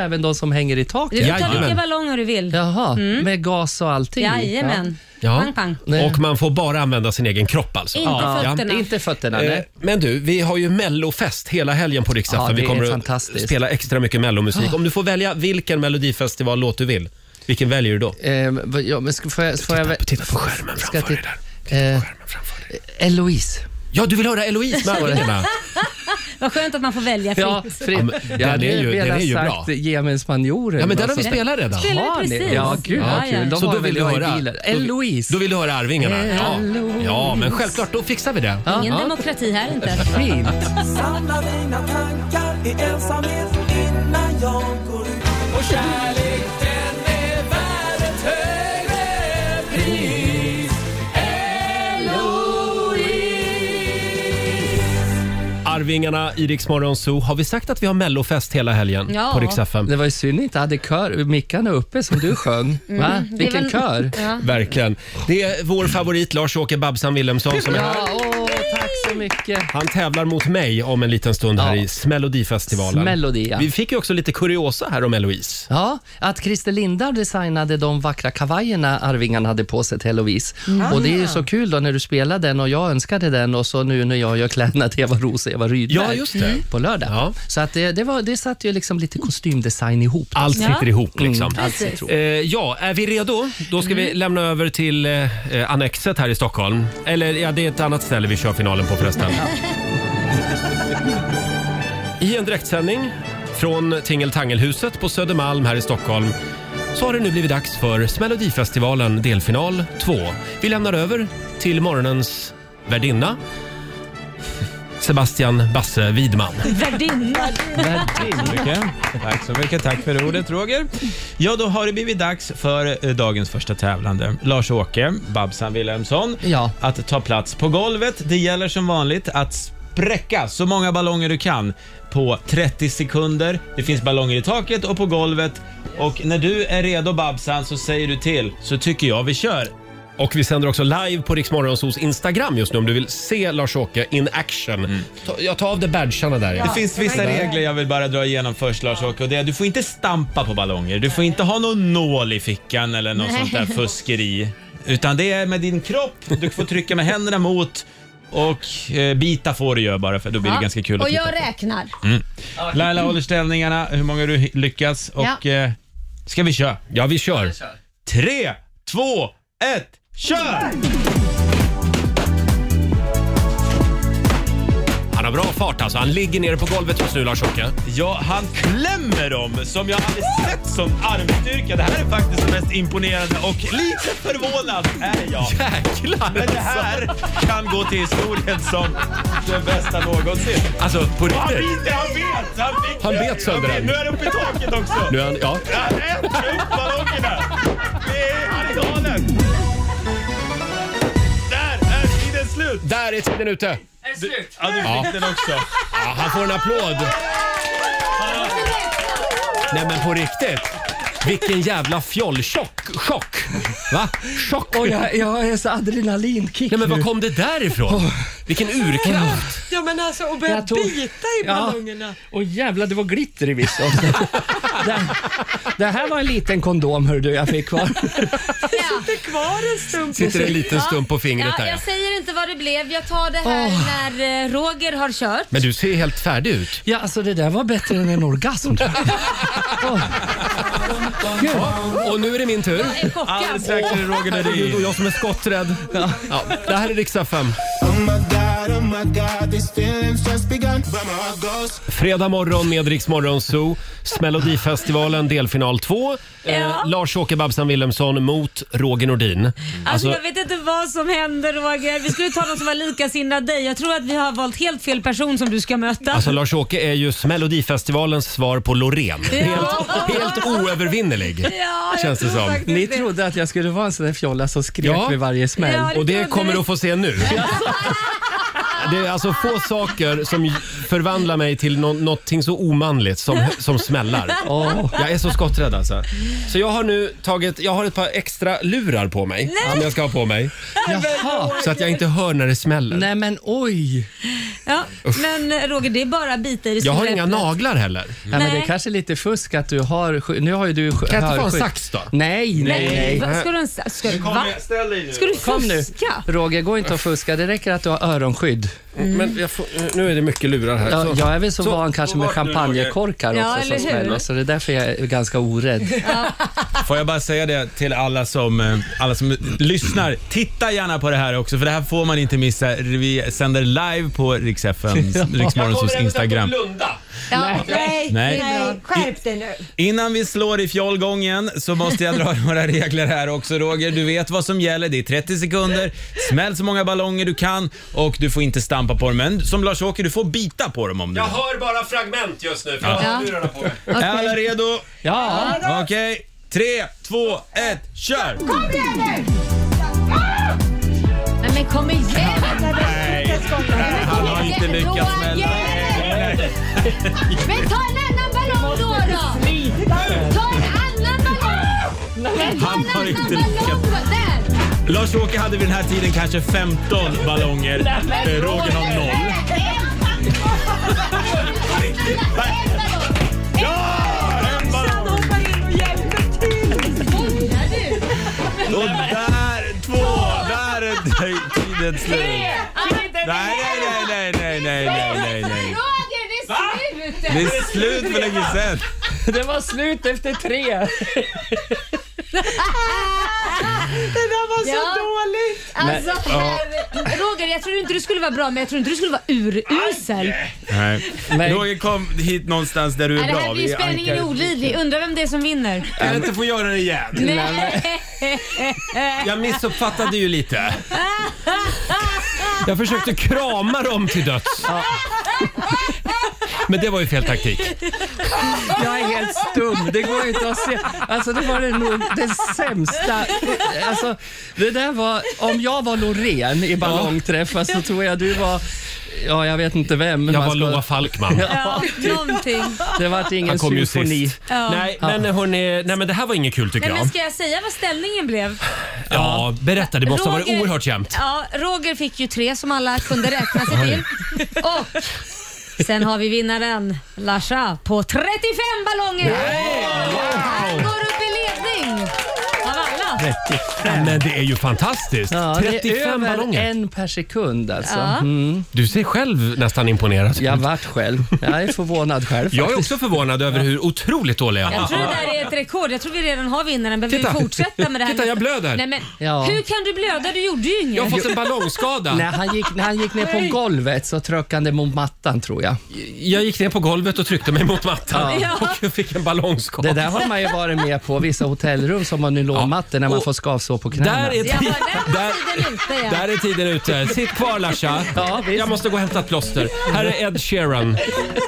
även de som hänger i taket? Du kan ta vilka ballonger du vill. Jaha, med gas och allting. Jajamän. Ja. Pang, pang. Och man får bara använda sin egen kropp alltså. Inte fötterna. Nej. Men du, vi har ju mellofest hela helgen på Rix FM. Vi kommer att spela extra mycket mellomusik. Om du får välja vilken melodifestival-låt du vill, vilken väljer du då? Men titta på skärmen framför dig där. Eloise. Ja, du vill höra Eloise med Arvingarna. Vad skönt att man får välja fritt. Ja, det är ju bra. Ge mig en spanjoren. Ja, men den har vi spelat redan. Ja, gud vad kul. Så då vill du höra Eloise. Då vill du höra Arvingarna. Ja, men självklart, då fixar vi det. Ingen demokrati här inte. Fint. Samla dina tankar i ensamhet innan jag går ut. Och kärlek, den är värd ett högre pris. Arvingarna i Rix Morgon Zoo. Har vi sagt att vi har mellofest hela helgen på Rix FM? Det var ju synd inte hade mickarna uppe som du sjöng. Va? Vilken kör. Ja. Verkligen. Det är vår favorit Lars-Åke Babsan Willemsson som är här. Tack så mycket. Han tävlar mot mig om en liten stund här i Melodifestivalen. Melodi, ja. Vi fick ju också lite kuriosa här om Eloise. Ja, att Christer Lindar designade de vackra kavajerna Arvingarna hade på sig till Eloise. Och det är ju så kul då när du spelar den och jag önskade den och så nu när jag gör kläderna till Eva Rose, Eva Rydberg på lördag. Ja. Så att det satt ju liksom lite kostymdesign ihop. Allt sitter ihop liksom. Är vi redo? Då ska vi lämna över till Annexet här i Stockholm. Eller det är ett annat ställe vi kör finalen på förresten. I en direktsändning från Tingeltangelhuset på Södermalm här i Stockholm så har det nu blivit dags för Melodifestivalen delfinal 2. Vi lämnar över till morgonens värdinna Sebastian Basse Widman. Värdinna. Tack så mycket. Tack för ordet, Roger. Ja, då har det blivit dags för dagens första tävlande. Lars-Åke Babsan Willemsson att ta plats på golvet. Det gäller som vanligt att spräcka så många ballonger du kan på 30 sekunder. Det finns ballonger i taket och på golvet. Och när du är redo, Babsan, så säger du till. Så tycker jag vi kör. Och vi sänder också live på Rix Morgonzoos Instagram just nu om du vill se Lars-Åke in action. Jag tar av det badgarna där. Det finns vissa regler jag vill bara dra igenom först, Lars-Åke. Och det är du får inte stampa på ballonger. Du får inte ha någon nål i fickan eller något sånt där fuskeri. Utan det är med din kropp. Du får trycka med händerna mot och bita får du göra bara för då blir det ganska kul att titta. Och jag räknar. Laila håller ställningarna, hur många du lyckas och ska vi köra? Ja, vi kör. 3, 2, 1, kör! Han har bra fart alltså. Han ligger nere på golvet just nu, Lars-Åke. Ja, han klämmer dem som jag aldrig sett som armstyrka. Det här är faktiskt det mest imponerande och lite förvånad är jag. Jäklar! Men det här kan gå till historien som det bästa någonsin. Alltså, på riktigt? Han bet sönder den. Nu är det uppe i taket också. Nu är han, Han äter upp ballongerna. Han är galen. Där är tiden slut. Där är tiden ute. Du fick den också. Ja, han får en applåd. Nej, men på riktigt. Vilken jävla chock. Va? Chock. Jag är så adrenalinkick. Nej, men var kom det där ifrån? Vilken urkraft. Ja, men alltså att börja bita i ballongerna. Och jävlar, det var glitter i vissa. Det här var en liten kondom, hör du, jag fick kvar. Sitter kvar en stump. Sitter en liten stump på fingret där. Jag säger inte vad det blev. Jag tar det här när Roger har kört. Men du ser helt färdig ut. Ja, alltså det där var bättre än en orgasm. Och nu är det min tur. Alldeles strax är det Roger där det är jag som är skotträdd. Ja, det här är Rix FM. Fredag morgon med Rix Morgon Zoo. Melodifestivalen delfinal 2. Lars-Åke Babsan Willemsson mot Roger Nordin. Alltså jag vet inte vad som händer, Roger. Vi skulle ta någon som var likasinnad dig. Jag tror att vi har valt helt fel person som du ska möta. Alltså Lars-Åke är ju Melodifestivalens svar på Loreen. Helt oövervinnerlig. Känns det som. Ni trodde att jag skulle vara en sån där fjolla som skrek vid varje smäll. Och det kommer du att få se nu. Det är alltså få saker som förvandlar mig till någonting så omanligt som smällar. Jag är så skotträdd alltså. Så jag har nu jag har ett par extra lurar på mig som jag ska ha på mig. Jaha. Så att jag inte hör när det smäller. Nej men oj. Ja, men Roger, det är bara bitar i. Jag har inga naglar heller. Ja, men det är kanske lite fusk att du har... Nu har ju du... Kan jag inte få en sax då? Nej. Ska du en sax? Ska du Kom nu. fuska? Roger, gå inte att fuska. Det räcker att du har öronskydd. Men nu är det mycket lurar här. Ja, jag är väl så van kanske med champagnekorkar också som smäller. Så det är därför jag är ganska orädd. Får jag bara säga det till alla som lyssnar. Titta gärna på det här också, för det här får man inte missa. Vi sänder live på Rix Morgonzoos Instagram. Nej. Skärp dig nu. Innan vi slår i fjollgången så måste jag dra några regler här också, Roger. Du vet vad som gäller. Det är 30 sekunder. Smäll så många ballonger du kan och du får inte stampa på dem. Men som Lars-Åke, du får bita på dem om du vill. Jag hör bara fragment just nu. För jag har lurarna på mig. Är alla redo? Ja. Okej. 3, 2, 1, kör! Kom igen nu! Men kom igen! Nej, han har inte lyckats smälla. Men ta en annan ballong då! Ta en annan ballong! Han har inte lyckats. Lars-Åke hade vid den här tiden kanske 15 ballonger. Roger har 0. Ja! En ballong! Och där, 2. Där är tiden slut. Nej. Det är slut för länge sedan. Det var slut efter 3. Det där var så dåligt. Alltså, Roger, jag tror inte du skulle vara bra, men jag tror inte du skulle vara urusel. Nej. Roger, kom hit någonstans där du är bra. Det här blir spänningen olidlig. Undrar vem det är som vinner. Kan jag inte få göra det igen? Nej. Jag missuppfattade ju lite. Jag försökte krama dem till döds. Men det var ju fel taktik. Jag är helt stum. Det går inte att se. Alltså det var nog det sämsta. Alltså det där var, om jag var Loreen i ballongträffar så tror jag du var, ja jag vet inte vem. Jag var Loa Falkman. Ja, någonting. Det var ingen symfoni. Ja. Nej, men det här var inget kul tycker jag. Men ska jag säga vad ställningen blev? Ja, berätta. Det måste ha varit oerhört jämnt. Ja, Roger fick ju 3 som alla kunde räkna sig till. Och sen har vi vinnaren Larsa på 35 ballonger. Han går upp i ledning av alla. 35. Men det är ju fantastiskt. Ja, 35 ballonger. 1 per sekund alltså. Ja. Du ser själv nästan imponerad. Jag vart själv. Jag är förvånad själv. Jag är också förvånad över hur otroligt dålig jag är. Jag tror det där är ett rekord. Jag tror vi redan har vinnaren. Behöver vi fortsätta med det här? Titta, jag blöder. Nej, men, hur kan du blöda? Du gjorde ju inget. Jag har fått en ballongskada. När han gick ner på golvet så tryckte han det mot mattan tror jag. Jag gick ner på golvet och tryckte mig mot mattan. Ja. Och jag fick en ballongskada. Det där har man ju varit med på vissa hotellrum som har nylonmattor när man får skavsår på knäna. Där är tiden ute. Sitt kvar Larsa. Ja, jag måste gå och hämta ett plåster. Här är Ed Sheeran.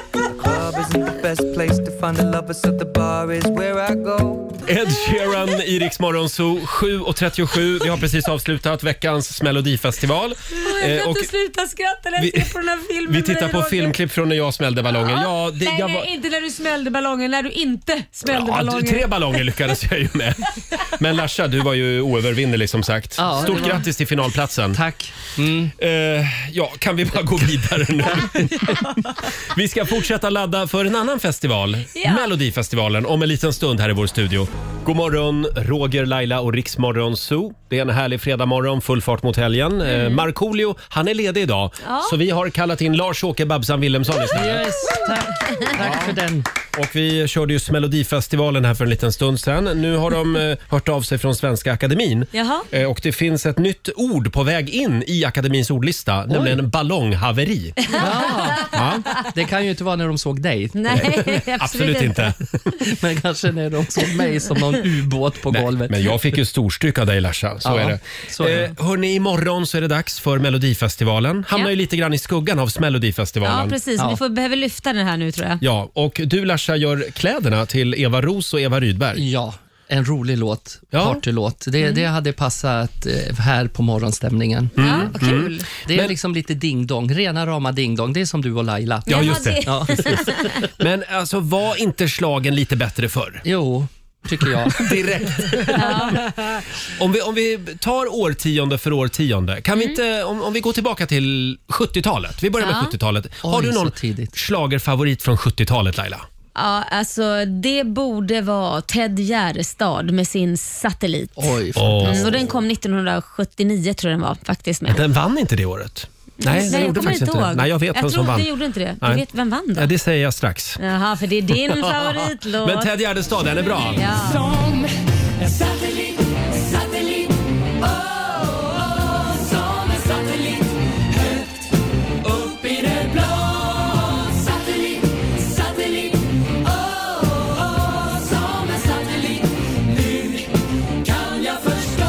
Ed Sheeran i Rix Morgonzoo 7:37. Vi har precis avslutat veckans Melodifestival. Jag kan inte sluta skratta när jag ser på den här filmen. Vi tittar på filmklipp från när jag smällde ballonger. Ja, nej, inte när du smällde ballonger. När du inte smällde ballonger. 3 ballonger lyckades jag ju med. Men Larsa, du var ju oövervinnerlig som sagt. Ja, stort grattis till finalplatsen. Tack. Kan vi bara gå vidare nu? Vi ska fortsätta ladda för en annan festival. Melodifestivalen om en liten stund här i vår studio. God morgon, Roger, Laila och Rix Morgonzoo. Det är en härlig fredagmorgon, full fart mot helgen. Markoolio, han är ledig idag. Ja. Så vi har kallat in Lars-Åke Babsan Willemsson istället. Yes, tack för den. Och vi körde ju Melodifestivalen här för en liten stund sedan. Nu har de hört av sig från Svenska Akademin. Jaha. Och det finns ett nytt ord på väg in i Akademins ordlista, nämligen ballonghaveri. Ja. Det kan ju inte vara när de såg dig. Nej, absolut inte. Men kanske när de såg mig som någon ubåt på golvet. Men jag fick ju storstryk av dig Larsa, så är det. Så är det. Hörrni, imorgon så är det dags för Melodifestivalen. Hamnar ju lite grann i skuggan av Melodifestivalen. Ja, precis. Vi behöver lyfta den här nu tror jag. Ja, och du Larsa gör kläderna till Eva Ros och Eva Rydberg. Ja. En rolig låt, partylåt. Det hade passat här på morgonstämningen. Vad kul. Det är liksom lite ding-dong, rena rama ding-dong. Det är som du och Laila. Ja, just det. Ja. Men alltså, var inte slagen lite bättre förr? Jo, tycker jag. Direkt. Om vi tar årtionde för årtionde, kan vi inte, om vi går tillbaka till 70-talet. Vi börjar med 70-talet. Har du någon schlagerfavorit från 70-talet, Laila? Ja, alltså det borde vara Ted Gärdestad med sin Satellit. Oj, och den kom 1979 tror jag den var faktiskt med. Den vann inte det året. Nej, jag gjorde faktiskt inte det. Nej, jag vet vem som vann. Jag gjorde inte det. Du vet vem vann då? Ja, det säger jag strax. Jaha, för det är din favoritlåt. Men Ted Gärdestad, den är bra. Ja. Som en satellit, satellit, som en satellit, högt upp i det blå. Satellit, satellit, som en satellit. Nu kan jag förstå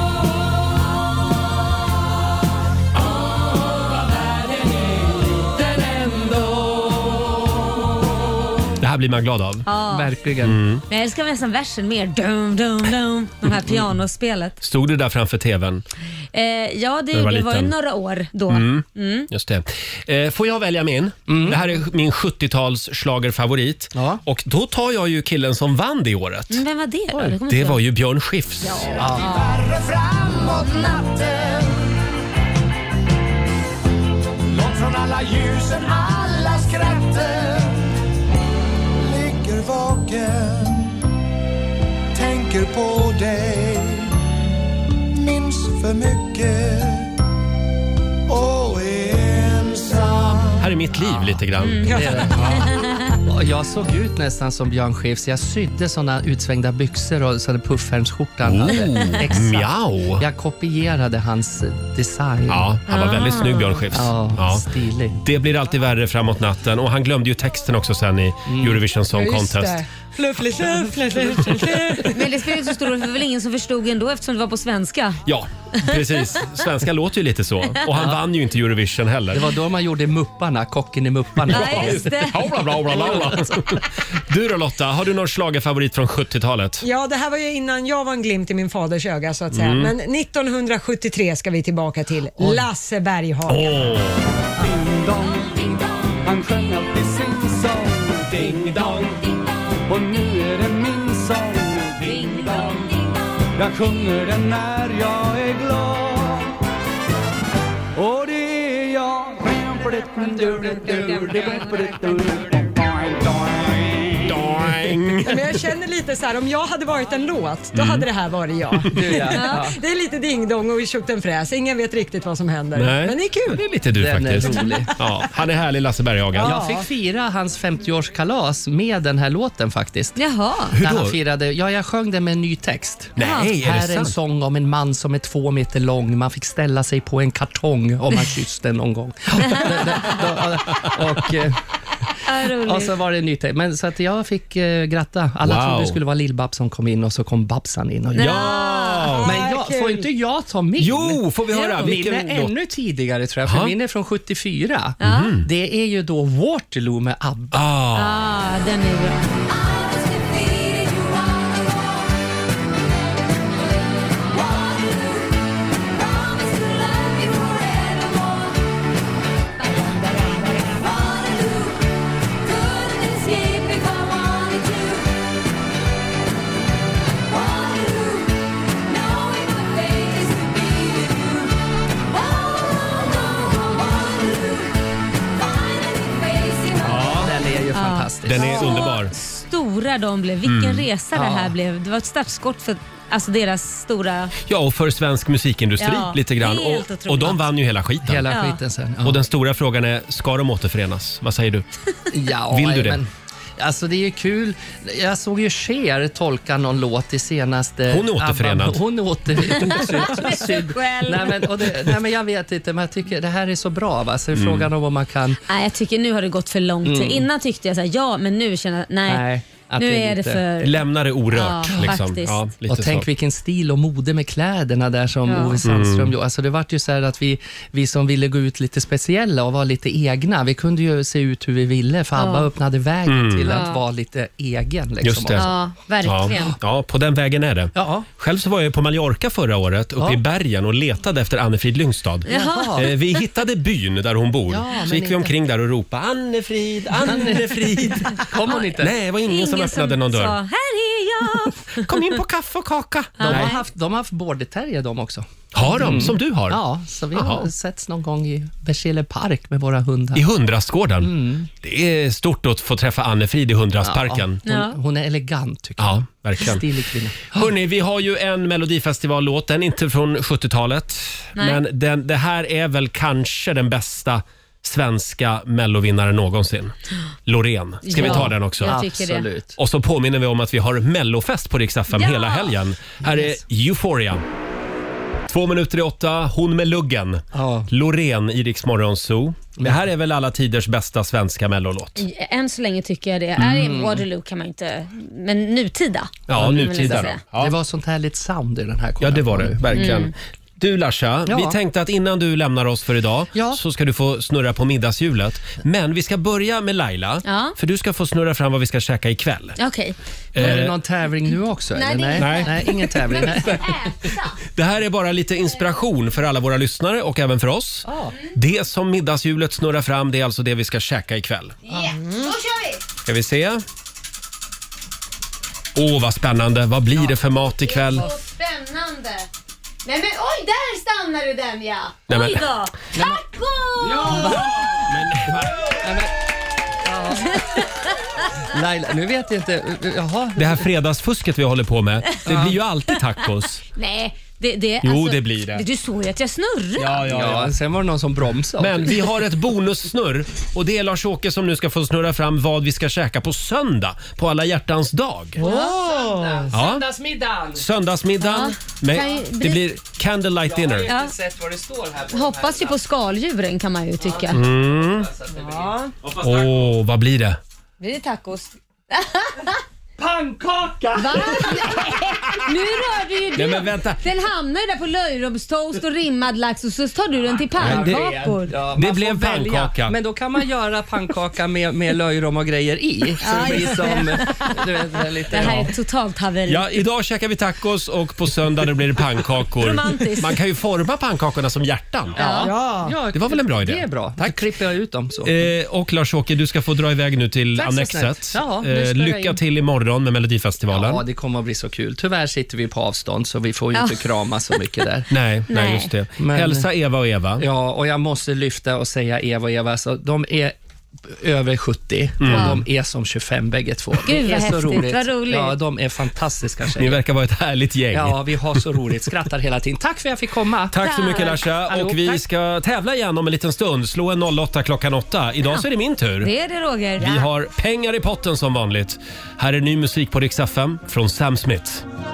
vad världen är liten ändå. Det här blir man glad av. Ja. Verkligen. Jag älskar nästan versen mer. Dum, dum, dum. Det här pianospelet. Stod du där framför tvn? Ja, det var ju några år då. Just det. Får jag välja min? Det här är min 70-tals schlagerfavorit. Ja. Och då tar jag ju killen som vann det året. Vem var det då? Det var ju Björn Skifs. Värre framåt natten. Långt från alla ljusen, alla skratten. Ligger vaken, tänker på dig. Minns för mycket och ensam. Här är mitt liv lite grann. Och jag såg ut nästan som Björn Skifs. Jag sydde såna utsvängda byxor och sådana puffärmsskjortan. Exakt. Miau. Jag kopierade hans design. Ja, han var väldigt snygg, Björn Skifs. Ja, stilig. Det blir alltid värre framåt natten. Och han glömde ju texten också sen i Eurovision Song Contest. Men det spelar ju så stor roll, för det var väl ingen som förstod ändå eftersom det var på svenska. Ja, precis. Svenska låter ju lite så. Och han vann ju inte Eurovision heller. Det var då man gjorde Mupparna, kocken i Mupparna. Ja, just det. Du då Lotta, har du någon schlagerfavorit från 70-talet? Ja, det här var ju innan jag var en glimt i min faders öga så att säga. Men 1973 ska vi tillbaka till Lasse Berghagen. Ding dong, ding dong. Han sjöng alltid sin sång. Ding dong, ding dong. Och nu är det min sång. Ding dong, ding dong. Jag sjunger den när jag är glad. Och det är jag. Men jag känner lite så här, om jag hade varit en låt, då hade det här varit jag. Ja, det är lite ding-dong och vi tjockte en fräs. Ingen vet riktigt vad som händer. Nej. Men det är kul. Det är lite du Den faktiskt. är rolig. Ja, han är härlig, Lasse Berghagen. Jag fick fira hans 50-årskalas med den här låten faktiskt. Jaha. Hur När då? han firade, jag sjöng den med en ny text. Nej, är det Här är en sant? sång om en man som är 2 meter lång. Man fick ställa sig på en kartong om man kysste någon gång. Och så var det en ny text. Men så att jag fick gratta. Alla trodde det skulle vara Lill-Babs som kom in och så kom Babsan in. Och Ja! men får inte jag ta min? Jo, får vi höra. Min är ännu tidigare tror jag, för min är från 74. Det är ju då Waterloo med ABBA. Den är bra. Den är underbar. Stora de blev. Vilken resa det här blev. Det var ett startskott för deras stora... Ja, och för svensk musikindustri lite grann. Och de vann ju hela skiten. Skiten sen. Och den stora frågan är, ska de återförenas? Vad säger du? Vill du det? Men, alltså det är ju kul. Jag såg ju Cher tolka någon låt i senaste... Hon är återförenad. Hon är återförenad. Nej, men jag vet inte, men jag tycker det här är så bra. Va? Så är frågan om vad man kan... Nej, jag tycker nu har det gått för långt. Innan tyckte jag så här, men nu känner jag, nej. Att nu är det för... Lämnar det orört. Ja, liksom. faktiskt. Ja, lite och tänk så. vilken stil och mode med kläderna där som Ove Sandström gjorde. Alltså det var ju så här att vi som ville gå ut lite speciella och vara lite egna, vi kunde ju se ut hur vi ville, för ABBA öppnade vägen till att vara lite egen. Liksom. Just det. Ja, verkligen. Ja, på den vägen är det. Ja. Själv så var jag på Mallorca förra året uppe i bergen och letade efter Anne-Frid Lyngstad. Vi hittade byn där hon bor. Så gick vi omkring där och ropade Anne-Frid, Anne-Frid. Kom hon inte? Nej, det var ingen som öppnade någon dörr. Sa, här är jag. Kom in på kaffe och kaka. De har haft border terrier de också. Har de? Som du har? Ja, så vi har setts någon gång i Berzelii park med våra hundar. I Hundrastgården? Det är stort att få träffa Anne-Frid i Hundrastparken. Hon är elegant tycker jag. Ja, verkligen. Stilig kvinna. Hörrni, vi har ju en Melodifestivallåt. Den är inte från 70-talet. Men det här är väl kanske den bästa svenska mellovinnaren någonsin. Loreen. Ska vi ta den också? Jag tycker Absolut. Och så påminner vi om att vi har mellofest på Rix FM hela helgen. Här är Euphoria. 7:02, hon med luggen. Loreen i Rix Morgon Zoo. Det här är väl alla tiders bästa svenska mellolåt? Än så länge tycker jag det. Är Waterloo kan man inte... Men nutida. Ja, nutida då. Ja. Det var sånt härligt sound i den här. Ja, det var det. Verkligen. Du Larsa, vi tänkte att innan du lämnar oss för idag så ska du få snurra på middagshjulet. Men vi ska börja med Laila, för du ska få snurra fram vad vi ska käka ikväll. Okej. Är det någon tävling nu också? Nej, ingen tävling. Det här är bara lite inspiration för alla våra lyssnare och även för oss. Det som middagshjulet snurrar fram, det är alltså det vi ska käka ikväll. Då kör vi! Ska vi se. Vad spännande. Vad blir det för mat ikväll? Så spännande. Nej men oj, där stannar du den ja. Nej, men... Oj då. Taco! Laila, nu vet jag inte. Jaha. Det här fredagsfusket vi håller på med, det blir ju alltid tacos. Nej. Det blir det. Du såg ju att jag snurrar. Ja, sen var det någon som bromsade. Men vi har ett bonussnurr och det är Lars-Åke som nu ska få snurra fram vad vi ska käka på söndag, på alla hjärtans dag. Söndagsmiddagen. Söndagsmiddagen. Det blir candlelight dinner. Jag har inte sett vad det står här. Hoppas ju på skaldjuren kan man ju tycka. Vad blir det? Blir det tacos? Pannkaka! Va? Nu rör du ju Nej, men vänta. Den hamnar ju där på löjromstoast och rimmad lax och så tar du den till pannkakor. Det blev pannkaka. Men då kan man göra pannkaka med löjrom och grejer i. Så det blir som... Du vet, lite, det här är totalt haveri. Ja, idag käkar vi tacos och på söndag det blir det pannkakor. Romantiskt. Man kan ju forma pannkakorna som hjärtan. Ja, det var väl en bra idé. Det är bra. Tack. Då klipper jag ut dem så. Och Lars-Åke, du ska få dra iväg nu till Annexet. Lycka till imorgon med Melodifestivalen. Ja, det kommer att bli så kul. Tyvärr sitter vi på avstånd så vi får ju inte krama så mycket där. Nej, just det. Men, hälsa Eva och Eva. Ja, och jag måste lyfta och säga Eva och Eva. Så de är över 70 och de är som 25 bägge två. Gud, det är vad så häftigt, vad roligt. Ja, de är fantastiska tjejer. Ni verkar vara ett härligt gäng. Ja, vi har så roligt. Skrattar hela tiden. Tack för att jag fick komma. Tack så mycket Larsa. Och vi ska tävla igen om en liten stund. Slå en 08 klockan 8. Idag så är det min tur. Det är det Roger. Vi har pengar i potten som vanligt. Här är ny musik på Rix FM från Sam Smith.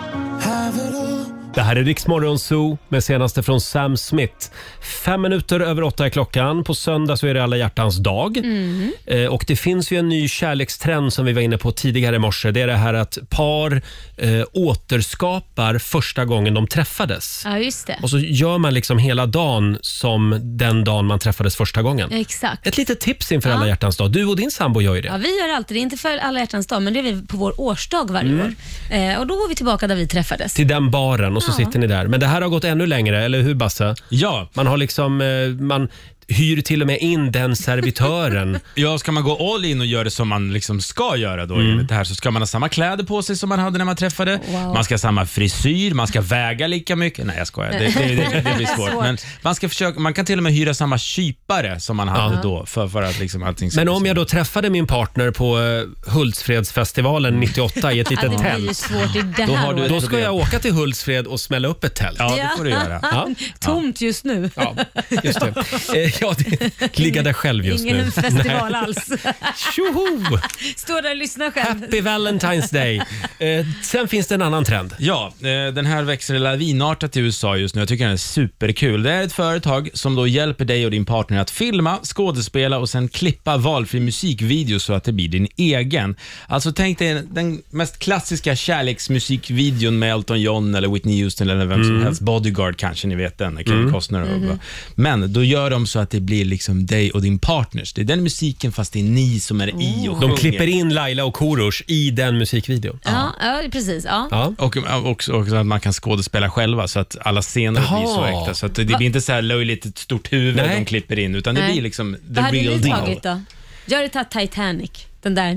Det här är Rix Morgon Zoo med senaste från Sam Smith. 5 minuter över 8 är klockan. På söndag så är det alla hjärtans dag. Och det finns ju en ny kärlekstrend som vi var inne på tidigare i morse. Det är det här att par återskapar första gången de träffades. Ja, just det. Och så gör man liksom hela dagen som den dagen man träffades första gången. Exakt. Ett litet tips inför alla hjärtans dag. Du och din sambo gör ju det. Ja, vi gör alltid det. Inte för alla hjärtans dag, men det är vi på vår årsdag varje år. Och då går vi tillbaka där vi träffades. Till den baren och så sitter ni där. Men det här har gått ännu längre, eller hur Basse? Ja. Man har liksom, man hyr till och med in den servitören. Ja, ska man gå all in och göra det som man liksom ska göra då enligt det här, så ska man ha samma kläder på sig som man hade när man träffade. Wow. Man ska ha samma frisyr, man ska väga lika mycket. Nej, jag skojar. Det blir svårt. Men man ska försöka, man kan till och med hyra samma kypare som man hade då för att liksom allting ska. Men om jag då träffade min partner på Hultsfredsfestivalen 98 i ett litet det blir ju tält. svårt i det här Då ska jag åka till Hultsfred och smälla upp ett tält. Ja, det får du göra. Tomt just nu. Ja, just det. Ja, ligga där själv just nu. Ingen festival alls. Tjoho! Står där och lyssnar själv. Happy Valentine's Day. Sen finns det en annan trend. Ja, den här växer lavinartat i USA just nu. Jag tycker den är superkul. Det är ett företag som då hjälper dig och din partner att filma, skådespela och sen klippa valfri musikvideo så att det blir din egen. Alltså tänk dig den mest klassiska kärleksmusikvideon med Elton John eller Whitney Houston eller vem som helst. Bodyguard kanske, ni vet den, Kevin Costner. Men då gör de så att det blir liksom dig och din partners. Det är den musiken fast det är ni som är i och sjunger. De klipper in Laila och Korosh i den musikvideon. Ja, precis. Ja. Och också att man kan skådespela själva så att alla scener blir så äkta. Så att det blir inte så här löjligt ett stort huvud de klipper in, utan det blir liksom the real deal. Tagit då? Gör det till Titanic. Den där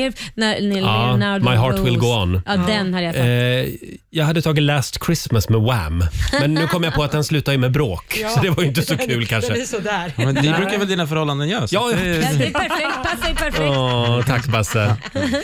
My Heart Will Go On. Ja, den hade jag tagit. Jag hade tagit Last Christmas med Wham. Men nu kom jag på att den slutar ju med bråk. Så det var ju inte så kul kanske. Det är sådär. Men det brukar väl dina förhållanden göra? Ja, det är perfekt. Passar perfekt. Tack Basse.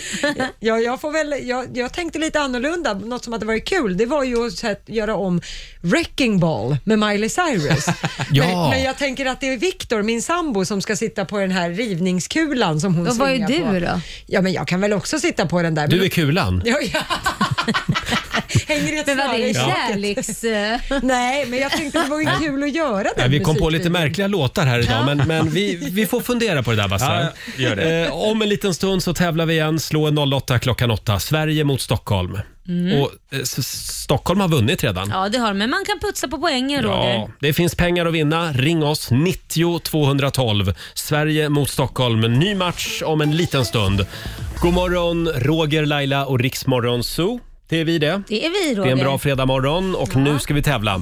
Jag tänkte lite annorlunda. Något som hade varit kul, det var ju att göra om Wrecking Ball med Miley Cyrus. Men jag tänker att det är Victor, min sambo, som ska sitta på den här rivningskulan som hon svingar på. Vad är du då? Ja, men jag kan väl också sitta på den där. Du är kulan. Ja. Hänger ett men vad är kärleks... Nej, men jag tänkte det var ju kul att göra det. Vi kom på lite märkliga låtar här idag, men vi får fundera på det där, Basse. Gör det. Om en liten stund så tävlar vi igen. Slå en 08 klockan 8. Sverige mot Stockholm. Och Stockholm har vunnit redan. Ja, det har de, men man kan putsa på poängen, Roger. Ja, det finns pengar att vinna. Ring oss 90 212. Sverige mot Stockholm. Ny match om en liten stund. God morgon, Roger, Laila och Riksmorgon Zoo. Det är vi det. Det är vi, Roger. Det är en bra fredagmorgon och nu ska vi tävla.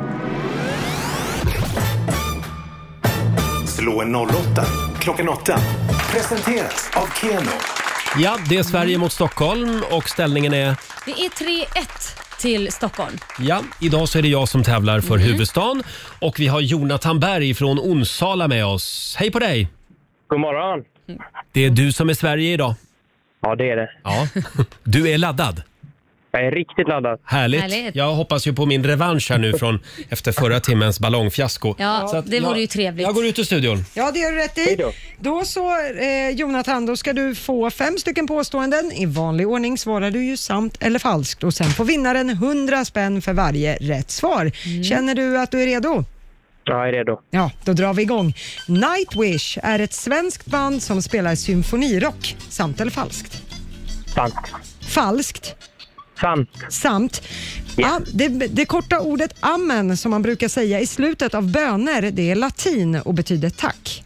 Slå en 08 klockan 8. Presenteras av Keno. Ja, det är Sverige mot Stockholm och ställningen är... Det är 3-1 till Stockholm. Ja, idag så är det jag som tävlar för huvudstaden och vi har Jonathan Berg från Onsala med oss. Hej på dig! God morgon! Det är du som är Sverige idag. Ja, det är det. Ja. Du är laddad. Jag är riktigt laddad. Härligt. Jag hoppas ju på min revansch här nu från efter förra timmens ballongfiasko. Ja, så att det vore ju trevligt. Jag går ut ur studion. Ja, det gör du rätt i. Då så, Jonathan, då ska du få 5 stycken påståenden. I vanlig ordning svarar du ju sant eller falskt och sen får vinnaren 100 spänn för varje rätt svar. Känner du att du är redo? Ja, jag är redo. Ja, då drar vi igång. Nightwish är ett svenskt band som spelar symfonirock. Sant eller falskt? Sant. Falskt? Sant. Yeah. Det korta ordet amen som man brukar säga i slutet av böner, det är latin och betyder tack.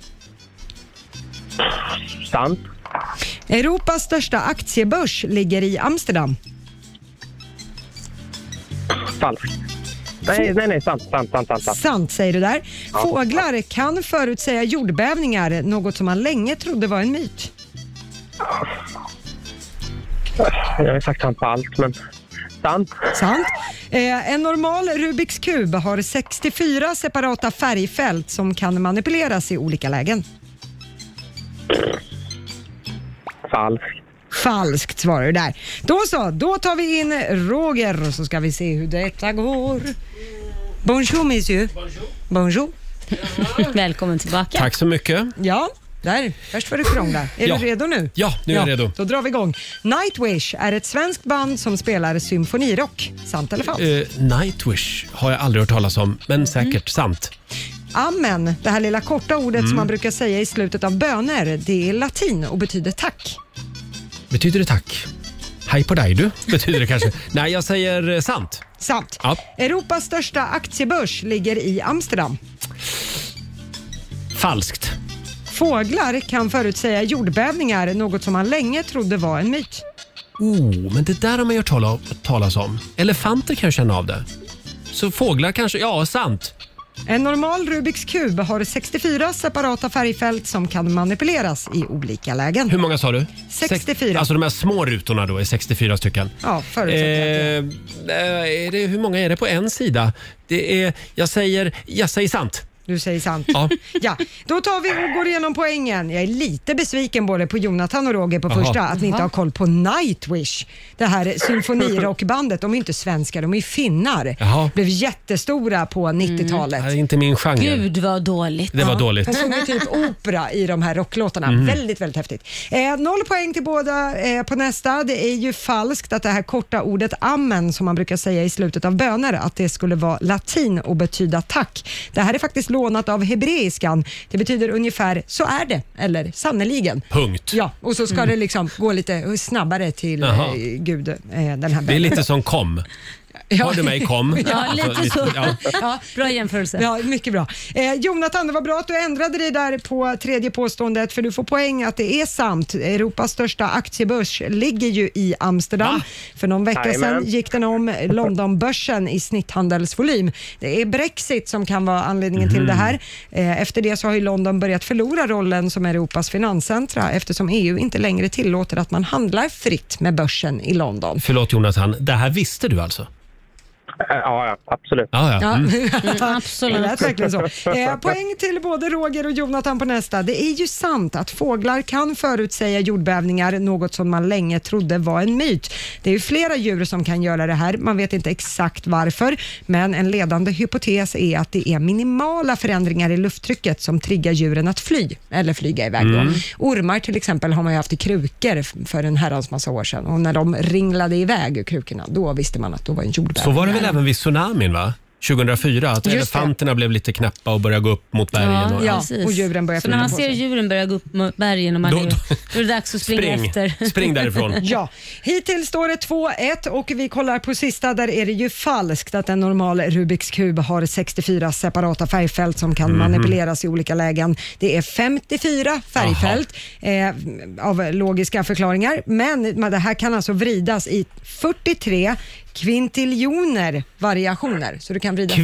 Sant. Europas största aktiebörs ligger i Amsterdam. Falskt. Nej, sant. Sant säger du där. Fåglar kan förutsäga jordbävningar, något som man länge trodde var en myt. Jag har sagt sant på allt, men Sant. En normal Rubiks kub har 64 separata färgfält som kan manipuleras i olika lägen. Falskt svarar du där. Då tar vi in Roger och så ska vi se hur detta går. Bonjour, monsieur. Bonjour. Välkommen tillbaka. Tack så mycket. Ja. Där, först får du krångla. Är du redo nu? Ja, nu är jag redo. Då drar vi igång. Nightwish är ett svenskt band som spelar symfonirock. Sant eller falskt? Nightwish har jag aldrig hört talas om, men säkert sant. Amen, det här lilla korta ordet som man brukar säga i slutet av böner, det är latin och betyder tack. Betyder det tack? Hej på dig du, betyder det kanske. Nej, jag säger sant. Sant. Ja. Europas största aktiebörs ligger i Amsterdam. Falskt. Fåglar kan förutsäga jordbävningar, något som man länge trodde var en myt. Men det där har man hört talas om. Elefanter kan känna av det. Så fåglar kanske, ja, sant. En normal Rubiks kub har 64 separata färgfält som kan manipuleras i olika lägen. Hur många sa du? 64. Alltså de här små rutorna då är 64 stycken. Ja, förutsätter hur många är det på en sida? Det är, jag säger sant. Du säger sant. Ja. Då tar vi och går igenom poängen. Jag är lite besviken både på Jonathan och Roger på första, att ni inte har koll på Nightwish. Det här symfonirockbandet, de är inte svenskar, de är finnar. Blev jättestora på 90-talet. Det är inte min genre. Gud vad dåligt. Det var dåligt. De sjunger typ opera i de här rocklåtarna. Väldigt, väldigt häftigt. 0 poäng till båda på nästa. Det är ju falskt att det här korta ordet amen som man brukar säga i slutet av böner, att det skulle vara latin och betyda tack. Det här är faktiskt lånat av hebreiskan. Det betyder ungefär så är det, eller sannoliken. Punkt. Ja, och så ska det liksom gå lite snabbare till Gud, den här bönen. Det är lite som kom. Har du mig kom? Ja, lite så. Ja. Bra jämförelse. Ja, mycket bra. Jonathan, det var bra att du ändrade dig där på tredje påståendet, för du får poäng att det är sant. Europas största aktiebörs ligger ju i Amsterdam. För någon vecka sedan gick den om Londonbörsen i snitthandelsvolym. Det är Brexit som kan vara anledningen till det här. Efter det så har ju London börjat förlora rollen som Europas finanscentra, eftersom EU inte längre tillåter att man handlar fritt med börsen i London. Förlåt Jonathan, det här visste du alltså? Ja, absolut. Absolut. Det är verkligen så. Poäng till både Roger och Jonathan på nästa. Det är ju sant att fåglar kan förutsäga jordbävningar, något som man länge trodde var en myt. Det är ju flera djur som kan göra det här. Man vet inte exakt varför, men en ledande hypotes är att det är minimala förändringar i lufttrycket som triggar djuren att fly, eller flyga iväg då. Ormar till exempel har man ju haft i krukor för en herrans massa år sedan, och när de ringlade iväg ur krukorna, då visste man att det var en jordbävning. Så var det väl även vid tsunamin, va? 2004, att elefanterna blev lite knäppa och började gå upp mot bergen. Och djuren började. Så när man ser djuren börja gå upp mot bergen och då är det dags att springa efter. Spring därifrån. Ja, hittills står det 2-1 och vi kollar på sista. Där är det ju falskt att en normal Rubiks kub har 64 separata färgfält som kan manipuleras i olika lägen. Det är 54 färgfält av logiska förklaringar, men det här kan alltså vridas i 43 kvintiljoner variationer. Så du kan vrida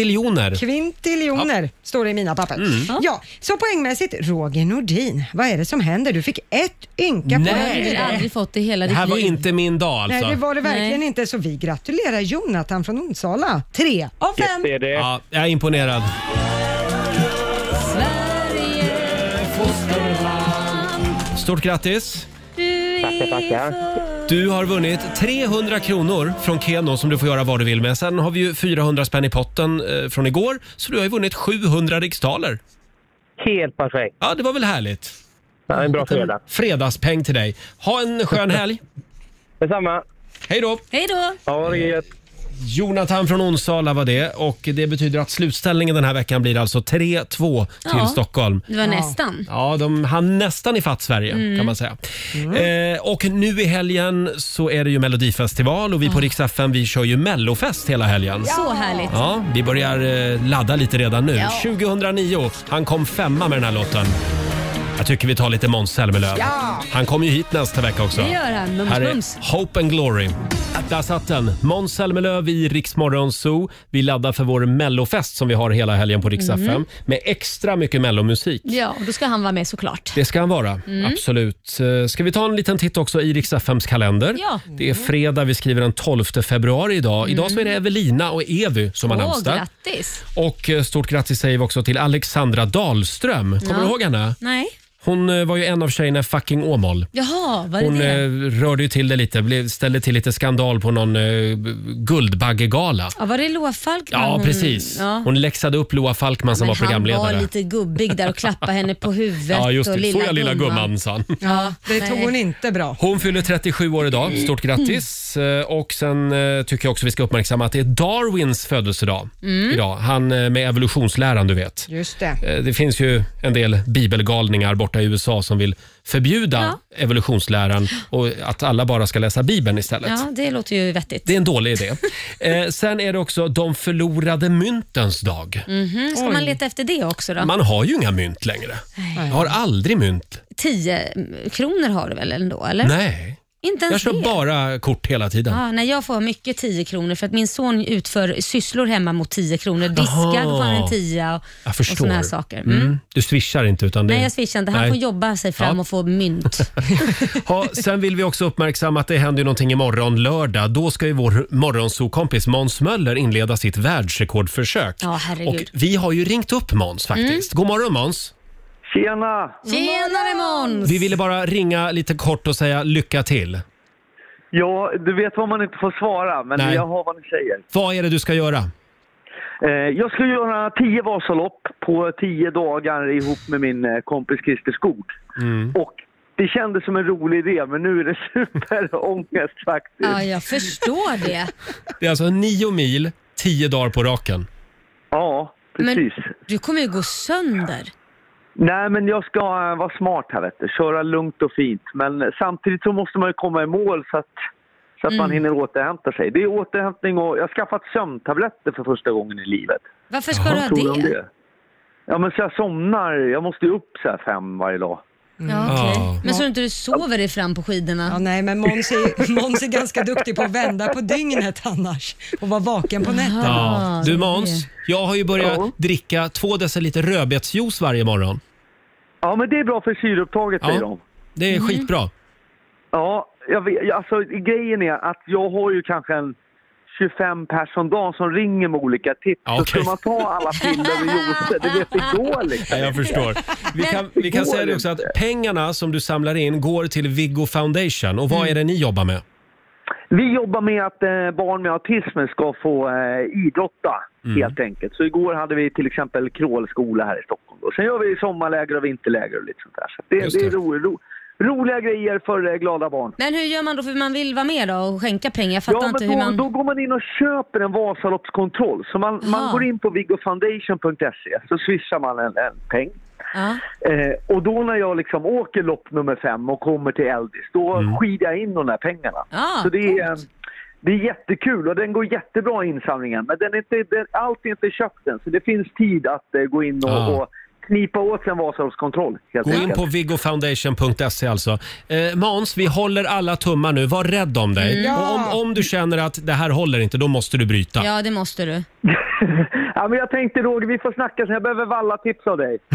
Kvintiljoner står det i mina papper. Ja, så poängmässigt, Roger Nordin, vad är det som händer? Du fick ett ynka poäng. Nej, jag har aldrig fått det hela ditt liv. Det här var inte min dag alltså. Nej, det var det verkligen inte. Så vi gratulerar Jonathan från Onsala. 3 av 5. Ja, jag är imponerad. Sverige, fosterland. Stort grattis. Tackar. Du har vunnit 300 kronor från Keno som du får göra vad du vill med. Sen har vi ju 400 spänn i potten från igår. Så du har ju vunnit 700 riksdaler. Helt perfekt. Ja, det var väl härligt. Ja, en bra fredag. Fredagspeng till dig. Ha en skön helg. Detsamma. Hej då. Hej då. Ha det gött. Jonathan från Onsala var det, och det betyder att slutställningen den här veckan blir alltså 3-2 till Stockholm. Det var nästan. Ja, de hann nästan ifatt Sverige kan man säga. Och nu i helgen så är det ju Melodifestival, och vi på Rix FM, vi kör ju Mellofest hela helgen. Så härligt. Ja, vi börjar ladda lite redan nu. 2009, han kom 5 med den här låten. Jag tycker vi tar lite Måns Zelmerlöw. Han kommer ju hit nästa vecka också. Det gör han. Här är Hope and Glory. Där satt den. Måns Zelmerlöw i Rix Morgon Zoo. Vi laddar för vår Mellofest som vi har hela helgen på Rix FM med extra mycket mellomusik. Ja, då ska han vara med såklart. Det ska han vara, absolut. Ska vi ta en liten titt också i Rix FMs kalender? Ja. Det är fredag, vi skriver den 12 februari idag. Idag så är det Evelina och Evy som har namnsdag. Grattis! Och stort grattis säger vi också till Alexandra Dahlström. Kommer du ihåg henne? Nej. Hon var ju en av tjejerna i Fucking Åmål. Jaha, var det hon det? Rörde ju till det lite, ställde till lite skandal på någon Guldbaggegala. Ja, var det Loa Falkman? Ja, precis. Ja. Hon läxade upp Loa Falkman som var programledare. Han var lite gubbig där och klappade henne på huvudet. Ja, just det. Och så jag lilla gumman, sa han. Ja, det tog hon inte bra. Hon fyller 37 år idag. Stort grattis. Och sen tycker jag också vi ska uppmärksamma att det är Darwins födelsedag idag. Han med evolutionsläran, du vet. Just det. Det finns ju en del bibelgalningar borta i USA som vill förbjuda evolutionsläran och att alla bara ska läsa Bibeln istället. Ja, det låter ju vettigt. Det är en dålig idé. Sen är det också de förlorade myntens dag. Ska man leta efter det också då? Man har ju inga mynt längre. Jag har aldrig mynt. 10 kronor har du väl ändå, eller? Nej. Inte ens Jag kör bara kort hela tiden. Ja, när jag får mycket 10 kronor för att min son utför sysslor hemma mot 10 kronor. Diskar får en 10 och såna här saker. Du swishar inte utan Nej, jag swishar inte. Han får jobba sig fram och få mynt. Sen vill vi också uppmärksamma att det händer ju någonting imorgon lördag. Då ska ju vår morgonsokompis Måns Möller inleda sitt världsrekordförsök. Ja, herregud. Och vi har ju ringt upp Måns faktiskt. God morgon Måns. Tjena! Tjenare Måns! Vi ville bara ringa lite kort och säga lycka till. Ja, du vet vad man inte får svara, men jag har vad ni säger. Vad är det du ska göra? Jag ska göra 10 Vasalopp på 10 dagar ihop med min kompis Christer Skog. Och det kändes som en rolig idé, men nu är det superångest faktiskt. Ja, jag förstår det. Det är alltså 9 mil, 10 dagar på raken. Ja, precis. Men du kommer ju gå sönder. Nej, men jag ska vara smart här, vet du. Köra lugnt och fint. Men samtidigt så måste man ju komma i mål så att man hinner återhämta sig. Det är återhämtning och jag har skaffat sömntabletter för första gången i livet. Varför ska du ha det? Ja, men så jag somnar. Jag måste ju upp så här 5 varje dag. Ja, okej. Men så du inte sover dig fram på skidorna? Ja, nej, men Måns är ganska duktig på att vända på dygnet annars och vara vaken på nätterna. Ja. Du Måns, jag har ju börjat dricka 2 deciliter rödbetsjuice varje morgon. Ja, men det är bra för syreupptaget, säger de. Det är skitbra. Ja, alltså grejen är att jag har ju kanske en 25 personer om dagen som ringer med olika tips. Så ska man ta alla piller och juicer, det vet det går liksom. Ja, jag förstår. Vi kan säga det också att pengarna som du samlar in går till Viggo Foundation. Och vad är det ni jobbar med? Vi jobbar med att barn med autism ska få idrotta helt enkelt. Så igår hade vi till exempel crawlskola här i Stockholm. Sen gör vi sommarläger och vinterläger och lite sånt där. Så det är roliga grejer för glada barn. Men hur gör man då för man vill vara med då och skänka pengar? Jag fattar inte hur man... Då går man in och köper en Vasaloppskontroll. Så man går in på viggofoundation.se så swishar man en peng. Och då när jag liksom åker lopp nummer 5 och kommer till Eldis, då skidar jag in de där pengarna. Så det är jättekul och den går jättebra insamlingen. Men allt är inte köpt än, så det finns tid att gå in och knipa åt en Vasaloppskontroll. Gå in på viggofoundation.se alltså. Måns, vi håller alla tummar nu. Var rädd om dig. Och om du känner att det här håller inte, då måste du bryta. Ja, det måste du. Ja, men jag tänkte Roger, vi får snacka så jag behöver valla tips av dig.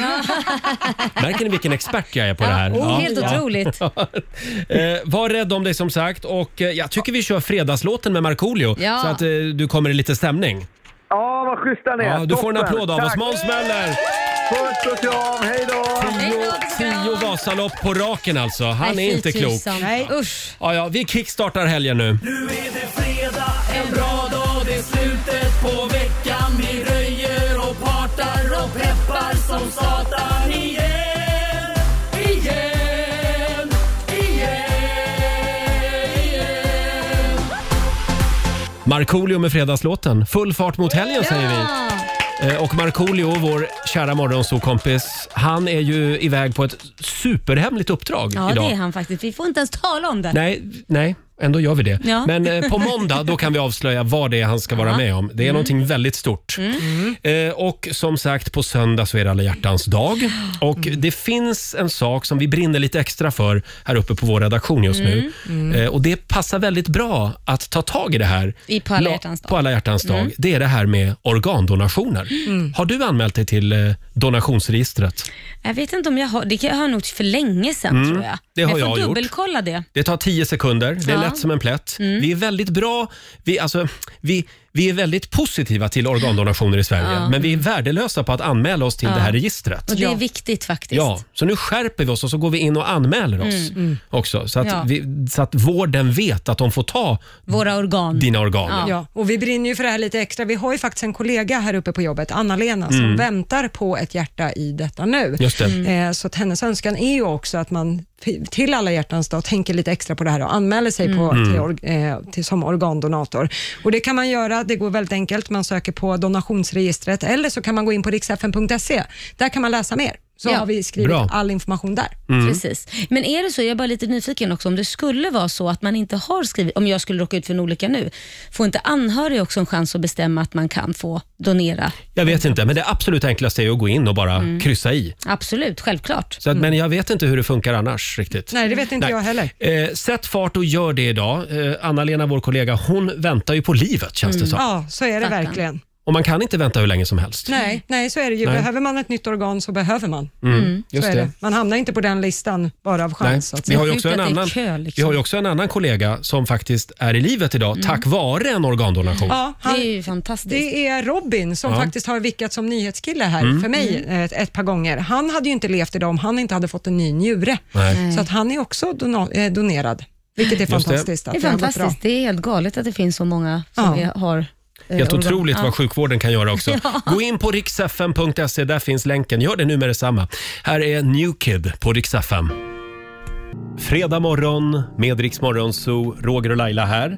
Märker ni vilken expert jag är på det här? Helt otroligt. Var rädd om dig som sagt. Och jag tycker vi kör fredagslåten med Markoolio så att du kommer i lite stämning. Ja, vad schysst han är. Ja, du får en applåd av oss, Måns Möller. Puss och kram, hej då. 10 Vasalopp på raken alltså. Han är inte klok. Nej, usch. Ja, vi kickstartar helgen nu. Nu är det fredag, en bra dag, det är slutet på veckan. Vi röjer och partar och peppar som satan igen. Markoolio med fredagslåten. Full fart mot helgen säger vi. Och Markoolio, vår kära morgonsokompis, han är ju iväg på ett superhemligt uppdrag idag. Ja, det är han faktiskt. Vi får inte ens tala om det. Nej, ändå gör vi det. Ja. Men på måndag då kan vi avslöja vad det är han ska vara med om. Det är någonting väldigt stort. Och som sagt, på söndag så är det alla hjärtans dag. Och det finns en sak som vi brinner lite extra för här uppe på vår redaktion just nu. Och det passar väldigt bra att ta tag i det här. På alla hjärtans dag. På alla hjärtans dag. Det är det här med organdonationer. Har du anmält dig till donationsregistret? Jag vet inte om jag har. Det har jag nog för länge sedan tror jag. Det har jag får gjort. Dubbelkolla det. Det tar 10 sekunder. Det är lätt som en plätt. Vi är väldigt bra. Vi är väldigt positiva till organdonationer i Sverige. Men vi är värdelösa på att anmäla oss till det här registret. Och det är viktigt faktiskt. Ja, så nu skärper vi oss och så går vi in och anmäler oss också. Så att vården vet att de får ta våra organ. Dina organ. Ja, och vi brinner ju för det här lite extra. Vi har ju faktiskt en kollega här uppe på jobbet, Anna-Lena, som väntar på ett hjärta i detta nu. Just det. Så att hennes önskan är ju också att man till alla hjärtans dag tänker lite extra på det här och anmäler sig till som organdonator. Och det kan man göra, det går väldigt enkelt. Man söker på donationsregistret eller så kan man gå in på riksfn.se. Där kan man läsa mer. så har vi skrivit all information där. Precis. Men är det så, jag är bara lite nyfiken också, om det skulle vara så att man inte har skrivit, om jag skulle råka ut för en olycka nu, får inte anhöriga också en chans att bestämma att man kan få donera? Jag vet inte, men det absolut enklaste är att gå in och bara kryssa i. Absolut, självklart. Så att, men jag vet inte hur det funkar annars riktigt. Nej, det vet inte jag heller. Sätt fart och gör det idag. Anna-Lena, vår kollega, hon väntar ju på livet, känns det som. Ja, så är det verkligen. Och man kan inte vänta hur länge som helst. Nej, så är det ju. Nej. Behöver man ett nytt organ så behöver man. Just så är det. Man hamnar inte på den listan bara av chans. Vi har ju också en annan kollega som faktiskt är i livet idag tack vare en organdonation. Ja, det är ju fantastiskt. Det är Robin som faktiskt har vickat som nyhetskille här för mig ett par gånger. Han hade ju inte levt idag om han inte hade fått en ny njure. Så att han är också donerad. Vilket är fantastiskt. Det är fantastiskt. Det är helt galet att det finns så många som har... Helt otroligt vad sjukvården kan göra också. Gå in på riksfm.se, där finns länken. Gör det nu med detsamma. Här är New Kid på Rix FM. Fredag morgon med Rix Morgonzoo, Roger och Laila här.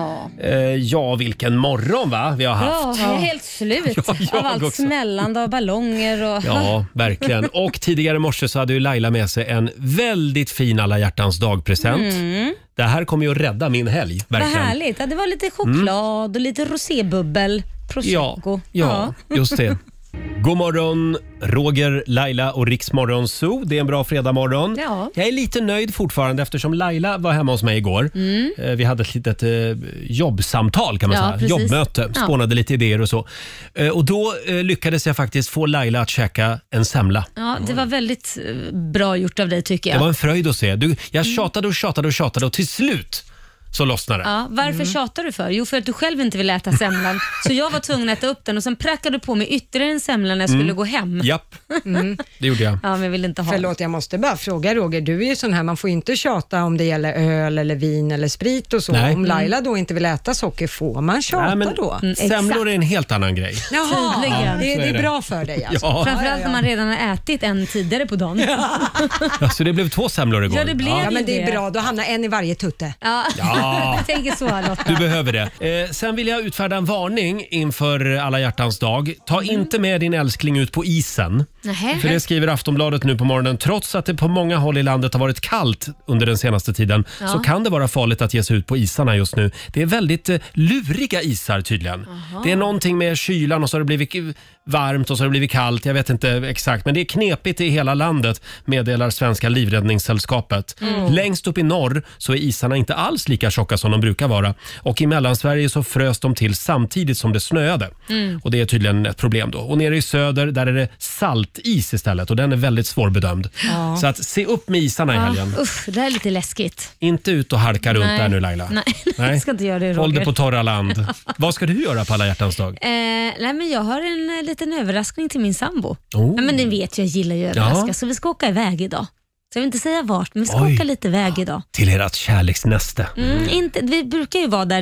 Ja, vilken morgon va vi har haft. Ja, jag är helt slut av allt smällande av ballonger. Och... Ja, verkligen. Och tidigare i morse så hade ju Laila med sig en väldigt fin alla hjärtans dag-present. Det här kommer ju att rädda min helg, verkligen. Vad härligt. Det var lite choklad och lite rosébubbel, prosecco. Ja, just det. God morgon, Roger, Laila och Rix Morgonzoo. Det är en bra fredagmorgon. Ja. Jag är lite nöjd fortfarande eftersom Laila var hemma hos mig igår. Vi hade ett litet jobbsamtal kan man säga. Precis. Jobbmöte, spånade lite idéer och så. Och då lyckades jag faktiskt få Laila att käka en semla. Ja, det var väldigt bra gjort av dig tycker jag. Det var en fröjd att se. Jag tjatade och till slut så lossnar det. Ja, varför tjatar du för? Jo, för att du själv inte vill äta semlan. Så jag var tvungen att äta upp den och sen prackade du på mig ytterligare en semla när jag skulle gå hem. Japp, det gjorde jag. Ja, men jag vill inte ha. Förlåt, jag måste bara fråga Roger. Du är ju sån här, man får inte tjata om det gäller öl eller vin eller sprit och så. Nej. Om Laila då inte vill äta socker, får man tjata då? Semlor är en helt annan grej. Jaha, det är bra för dig alltså. Ja. Framförallt när man redan har ätit en tidigare på dagen. Ja, så det blev 2 semlor igår? Ja, det blev men det är bra. Då hamnar en i varje tutte. Ja. Jag tänker så, Lotta. Du behöver det. Sen vill jag utfärda en varning inför alla hjärtans dag. Ta inte med din älskling ut på isen. För det skriver Aftonbladet nu på morgonen. Trots att det på många håll i landet har varit kallt under den senaste tiden så kan det vara farligt att ge sig ut på isarna just nu. Det är väldigt luriga isar tydligen. Det är någonting med kylan och så har det blivit varmt och så har det blivit kallt. Jag vet inte exakt, men det är knepigt i hela landet, meddelar Svenska Livräddningssällskapet. Längst upp i norr så är isarna inte alls lika tjocka som de brukar vara. Och i Mellansverige så frös de till samtidigt som det snöade. Och det är tydligen ett problem då. Och nere i söder, där är det saltis istället och den är väldigt svårbedömd. Så att se upp med isarna i helgen. Det här är lite läskigt. Inte ut och halka runt där nu, Laila. Nej, jag ska inte göra det, Roger. Håll det på torra land. Vad ska du göra på alla hjärtans dag? Nej, men jag har en liten överraskning till min sambo. Men ni vet, jag gillar ju att överraska. Så vi ska åka iväg idag. Så jag vill inte säga vart, men vi ska åka lite iväg idag. Till ert kärleksnäste. Vi brukar ju vara där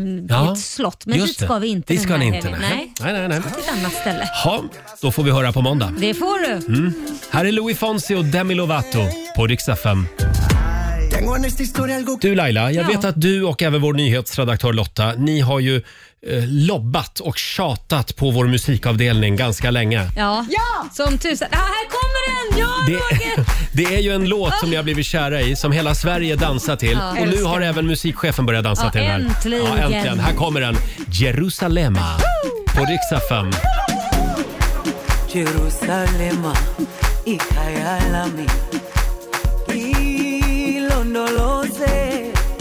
i ett slott, men dit ska vi inte. Det ska ni inte. Nej. Till ett annat ställe. Ja, då får vi höra på måndag. Det får du. Här är Louis Fonsi och Demi Lovato på Rix FM. Du Laila, jag vet att du och även vår nyhetsredaktör Lotta, ni har ju lobbat och tjatat på vår musikavdelning ganska länge. Ja. Som tusan. Här kommer den! Ja, det är ju en låt som jag har blivit kära i, som hela Sverige dansar till. Och nu har även musikchefen börjat dansa till den här. Äntligen. Här kommer den. Jerusalema på Rix FM. Jerusalema, ikayalami, ilondoloze.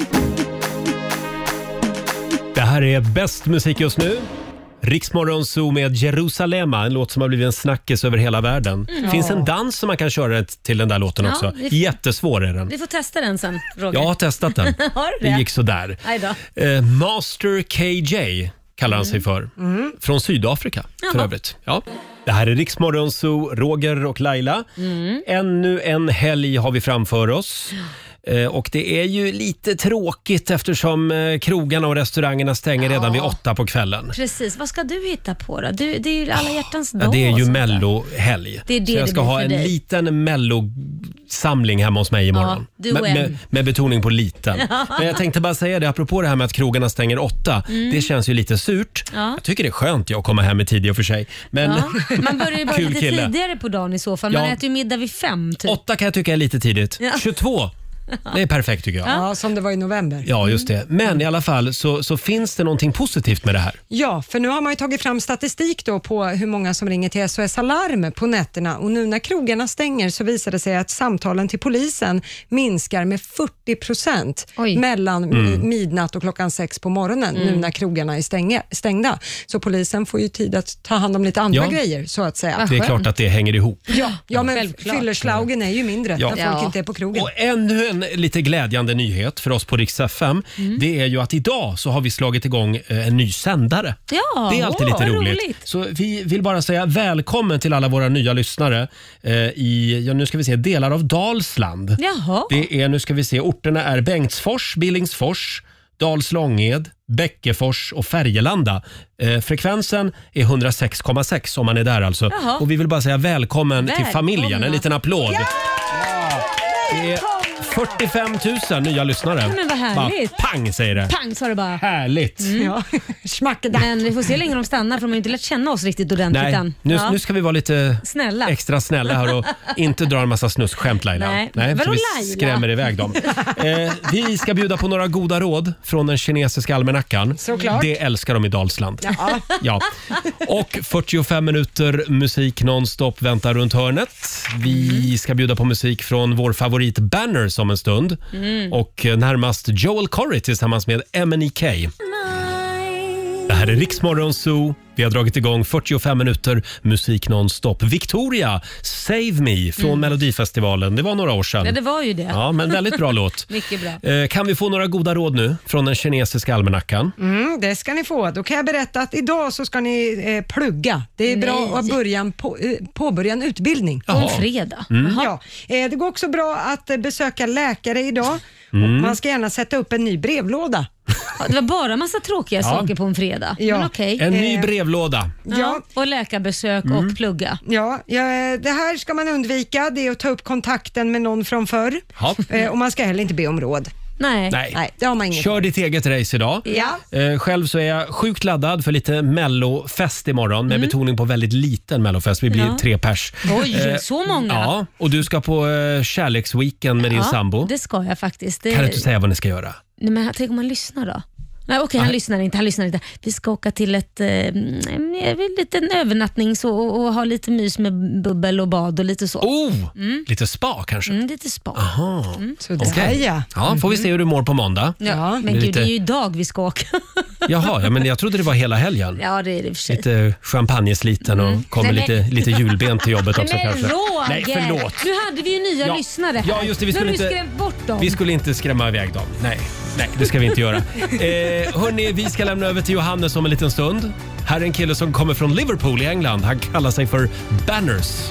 Det här är bäst musik just nu. Rix Morgonzoo med Jerusalema, en låt som har blivit en snackis över hela världen. Det finns en dans som man kan köra till den där låten också. Jättesvår är den. Vi får testa den sen, Roger. Jag har testat den. Det gick så där. Master KJ kallar han sig för. Från Sydafrika för övrigt. Ja. Det här är Rix Morgonzoo, Roger och Laila. Ännu en helg har vi framför oss. Och det är ju lite tråkigt eftersom krogarna och restaurangerna stänger redan vid 8 på kvällen. Precis, vad ska du hitta på då? Det är ju alla hjärtans dag. Ja, det är ju mellohelg. Det är det så jag ska ha en liten mellosamling hemma hos mig imorgon. Med betoning på liten. Men jag tänkte bara säga det, apropå det här med att krogarna stänger 8. Det känns ju lite surt. Jag tycker det är skönt att komma hem i tid i och för sig. Men man börjar ju bara lite tidigare på dagen i så fall. Man äter ju middag vid 5 typ. 8 kan jag tycka är lite tidigt. 22. Det är perfekt tycker jag. Ja, som det var i november. Ja, just det. Men i alla fall så finns det någonting positivt med det här. Ja, för nu har man ju tagit fram statistik då på hur många som ringer till SOS Alarm på nätterna, och nu när krogarna stänger så visar det sig att samtalen till polisen minskar med 40% mellan midnatt och klockan 6 på morgonen nu när krogarna är stängda. Så polisen får ju tid att ta hand om lite andra grejer så att säga. Det är klart att det hänger ihop. Ja, men fyllerslaugen är ju mindre när folk inte är på krogen. Och ännu en lite glädjande nyhet för oss på Rix FM, det är ju att idag så har vi slagit igång en ny sändare. Ja, det är alltid lite roligt. Så vi vill bara säga välkommen till alla våra nya lyssnare nu ska vi se, delar av Dalsland. Jaha. Det är, nu ska vi se, orterna är Bengtsfors, Billingsfors, Dalslånged, Bäckefors och Färgelanda. Frekvensen är 106,6 om man är där alltså. Jaha. Och vi vill bara säga välkommen till familjen. En liten applåd. Ja! Det är 45 000 nya lyssnare. Men vad härligt. Bara pang säger det. Pang sa det bara. Härligt. Ja, men vi får se hur länge de stannar, för de har inte lärt känna oss riktigt ordentligt. Nej, nu ska vi vara lite extra snälla här och inte dra en massa snuskskämt, Laila. Nej, så vi skrämmer iväg dem. Vi ska bjuda på några goda råd från den kinesiska almanackan. Såklart. Det älskar de i Dalsland. Ja. Och 45 minuter musik nonstop väntar runt hörnet. Vi ska bjuda på musik från vår favorit Banners om en stund. Och närmast Joel Corey tillsammans med MNEK. Det här är Rix Morgon Zoo. Vi har dragit igång 45 minuter musik nonstop. Victoria, Save Me från Melodifestivalen. Det var några år sedan. Ja, det var ju det. Ja, men väldigt bra låt. Mycket bra. Kan vi få några goda råd nu från den kinesiska almanackan? Det ska ni få. Då kan jag berätta att idag så ska ni plugga. Det är bra att påbörja en utbildning. På en fredag. Ja. Det går också bra att besöka läkare idag. Och man ska gärna sätta upp en ny brevlåda. Det var bara massa tråkiga saker på en fredag. Ja. Men okej. En ny brevlåda. Ja. Och läkarbesök och plugga. Ja, det här ska man undvika. Det är att ta upp kontakten med någon från förr. Och man ska heller inte be om råd. Nej, det har man inget. Kör ditt eget race idag. Ja. Själv så är jag sjukt laddad för lite mellofest imorgon med betoning på väldigt liten mellofest. Vi blir 3 pers. Oj, så många. Ja, och du ska på kärleksweekend med din sambo. Det ska jag faktiskt. Kan du inte säga vad ni ska göra? Nej, men tänk om man lyssnar då? Nej, okej, han lyssnar inte. Vi ska åka till ett liten övernattning och ha lite mys med bubbel och bad och lite så. Lite spa kanske? Lite spa. Aha. Okay. Ja, får vi se hur du mår på måndag. Ja, men gud, det är ju idag vi ska åka. Jaha, men jag trodde det var hela helgen. Ja, det är det för sig. Lite champagnesliten och kommer lite julben till jobbet också kanske. Roger, nej, förlåt. Nu hade vi ju nya lyssnare här. Ja, just det. Vi skulle inte skrämma iväg dem. Nej, det ska vi inte göra. Hörrni, vi ska lämna över till Johannes om en liten stund. Här är en kille som kommer från Liverpool i England. Han kallar sig för Banners.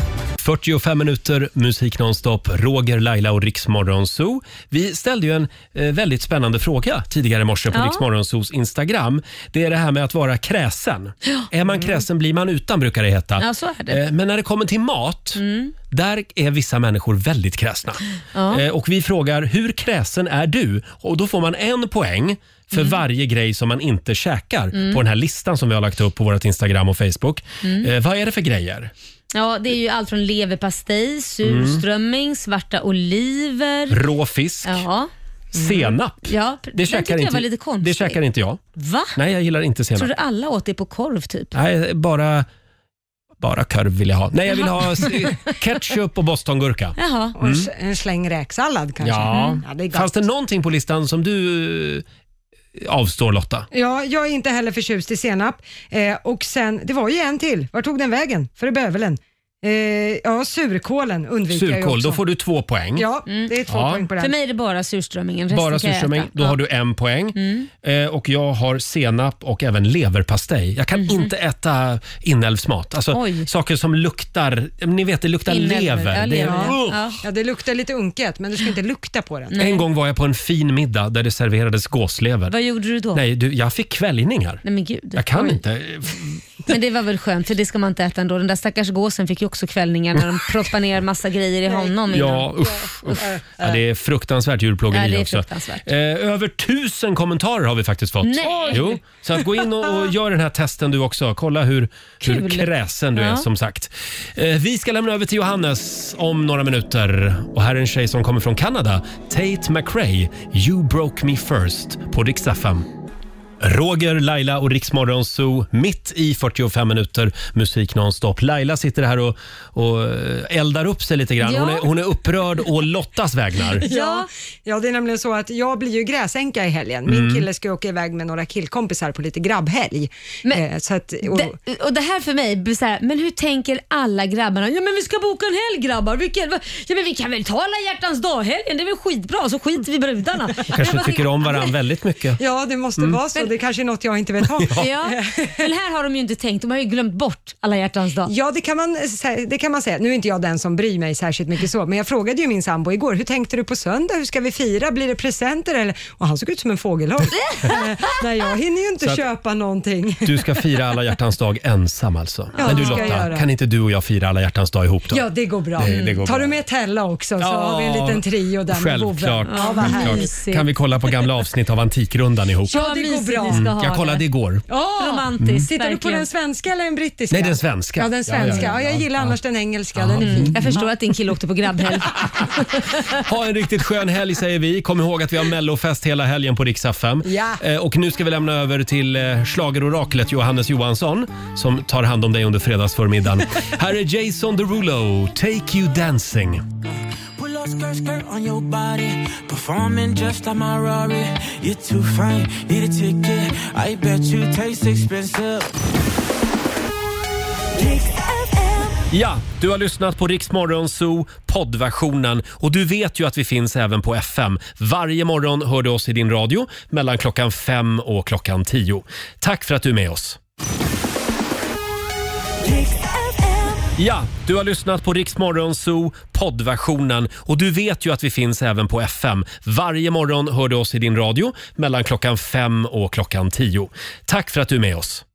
45 minuter musik nonstop. Roger, Laila och Rix Morgon Zoo. Vi ställde ju en väldigt spännande fråga tidigare i morse på Rix Morgon Zoos Instagram. Det är det här med att vara kräsen. Är man kräsen blir man utan, brukar det heta. Ja, så är det. Men när det kommer till mat, där är vissa människor väldigt kräsna. Och vi frågar, hur kräsen är du? Och då får man 1 poäng för varje grej som man inte käkar på den här listan som vi har lagt upp på vårt Instagram och Facebook. Vad är det för grejer? Ja, det är ju allt från leverpastej, surströmming, svarta oliver, rå fisk, senap. Ja, det käkar inte, var lite konstigt. Det käkar inte jag. Va? Nej, jag gillar inte senap. Tror du alla åt det på korv typ? Nej, bara korv vill jag ha. Nej, jag vill ha ketchup och bostongurka. Jaha. Och en släng räksallad kanske. Ja, det är gott. Fanns det någonting på listan som du avstår, Lotta? Ja, jag är inte heller förtjust i senap. Och sen, det var ju en till. Var tog den vägen? För det bövelen. Ja, surkålen undviker jag också. Då får du 2 poäng. Ja, det är 2 poäng på den. För mig är det bara surströmmingen. Bara surströmming, då har du 1 poäng. Och jag har senap och även leverpastej. Jag kan inte äta inälvsmat. Alltså saker som luktar, ni vet det luktar lever. Ja, det luktar lite unket, men du ska inte lukta på den. En gång var jag på en fin middag där det serverades gåslever. Vad gjorde du då? Nej, jag fick kvällningar. Nej men gud. Jag kan inte. Men det var väl skönt, för det ska man inte äta ändå. Den där stackars gåsen fick ju också kvällningar när de proppar ner massa grejer i honom. Ja, ja, det är fruktansvärt djurplågeri också. Över 1000 kommentarer har vi faktiskt fått. Nej. Jo, så att gå in och gör den här testen du också. Kolla hur kräsen du är som sagt. Vi ska lämna över till Johannes om några minuter. Och här är en tjej som kommer från Kanada. Tate McRae, You Broke Me First på Rix FM. Roger, Laila och Rix Morgon Zoo mitt i 45 minuter musik nonstop. Laila sitter här och eldar upp sig lite grann. Ja. Hon är upprörd och Lottas vägnar. Ja, det är nämligen så att jag blir ju gräsänka i helgen. Min kille ska åka iväg med några killkompisar på lite grabbhelg. Men, så att, och det här för mig blir så här, men hur tänker alla grabbarna? Ja men vi ska boka en helg grabbar. Ja men vi kan väl ta alla hjärtans dag-helgen, det är väl skitbra, så skiter vi brudarna. Kanske tycker om varandra väldigt mycket. Ja, det måste vara så. Det kanske är något jag inte vet om. Ja, men här har de ju inte tänkt. De har ju glömt bort alla hjärtans dag. Ja, det kan man säga. Nu är inte jag den som bryr mig särskilt mycket så, men jag frågade ju min sambo igår, hur tänkte du på söndag? Hur ska vi fira? Blir det presenter? Eller? Och han såg ut som en fågelholk. Nej, jag hinner ju inte köpa någonting. Du ska fira alla hjärtans dag ensam alltså. Ja, men du Lotta, kan inte du och jag fira alla hjärtans dag ihop då? Ja, det går bra. Det går Tar bra. du med Tella också så har vi en liten trio där med boven. Självklart. Kan vi kolla på gamla avsnitt av Antikrundan ihop? Ja, det går bra. Jag kollade igår. Romantiskt. Tittar du på den svenska eller den brittiska? Nej, den svenska. Ja, den svenska. Ja, jag gillar annars den engelska. Den är fin. Jag förstår att din kille åkte på grabbhelg. Ha en riktigt skön helg säger vi. Kom ihåg att vi har mellofest hela helgen på Rix FM. Ja. Och nu ska vi lämna över till schlageroraklet Johannes Johansson som tar hand om dig under fredagsförmiddagen. Här är Jason Derulo, Take You Dancing. Skirt on your body, performing just like my Rari. You're too fine, need a ticket. I bet you taste expensive. Ja, du har lyssnat på Rix Morgon Zoo poddversionen och du vet ju att vi finns även på FM. Varje morgon hör du oss i din radio mellan klockan 5 och klockan 10. Tack för att du är med oss. Ja, du har lyssnat på Rix Morgon Zoo poddversionen och du vet ju att vi finns även på FM. Varje morgon hör du oss i din radio mellan klockan 5 och klockan 10. Tack för att du är med oss.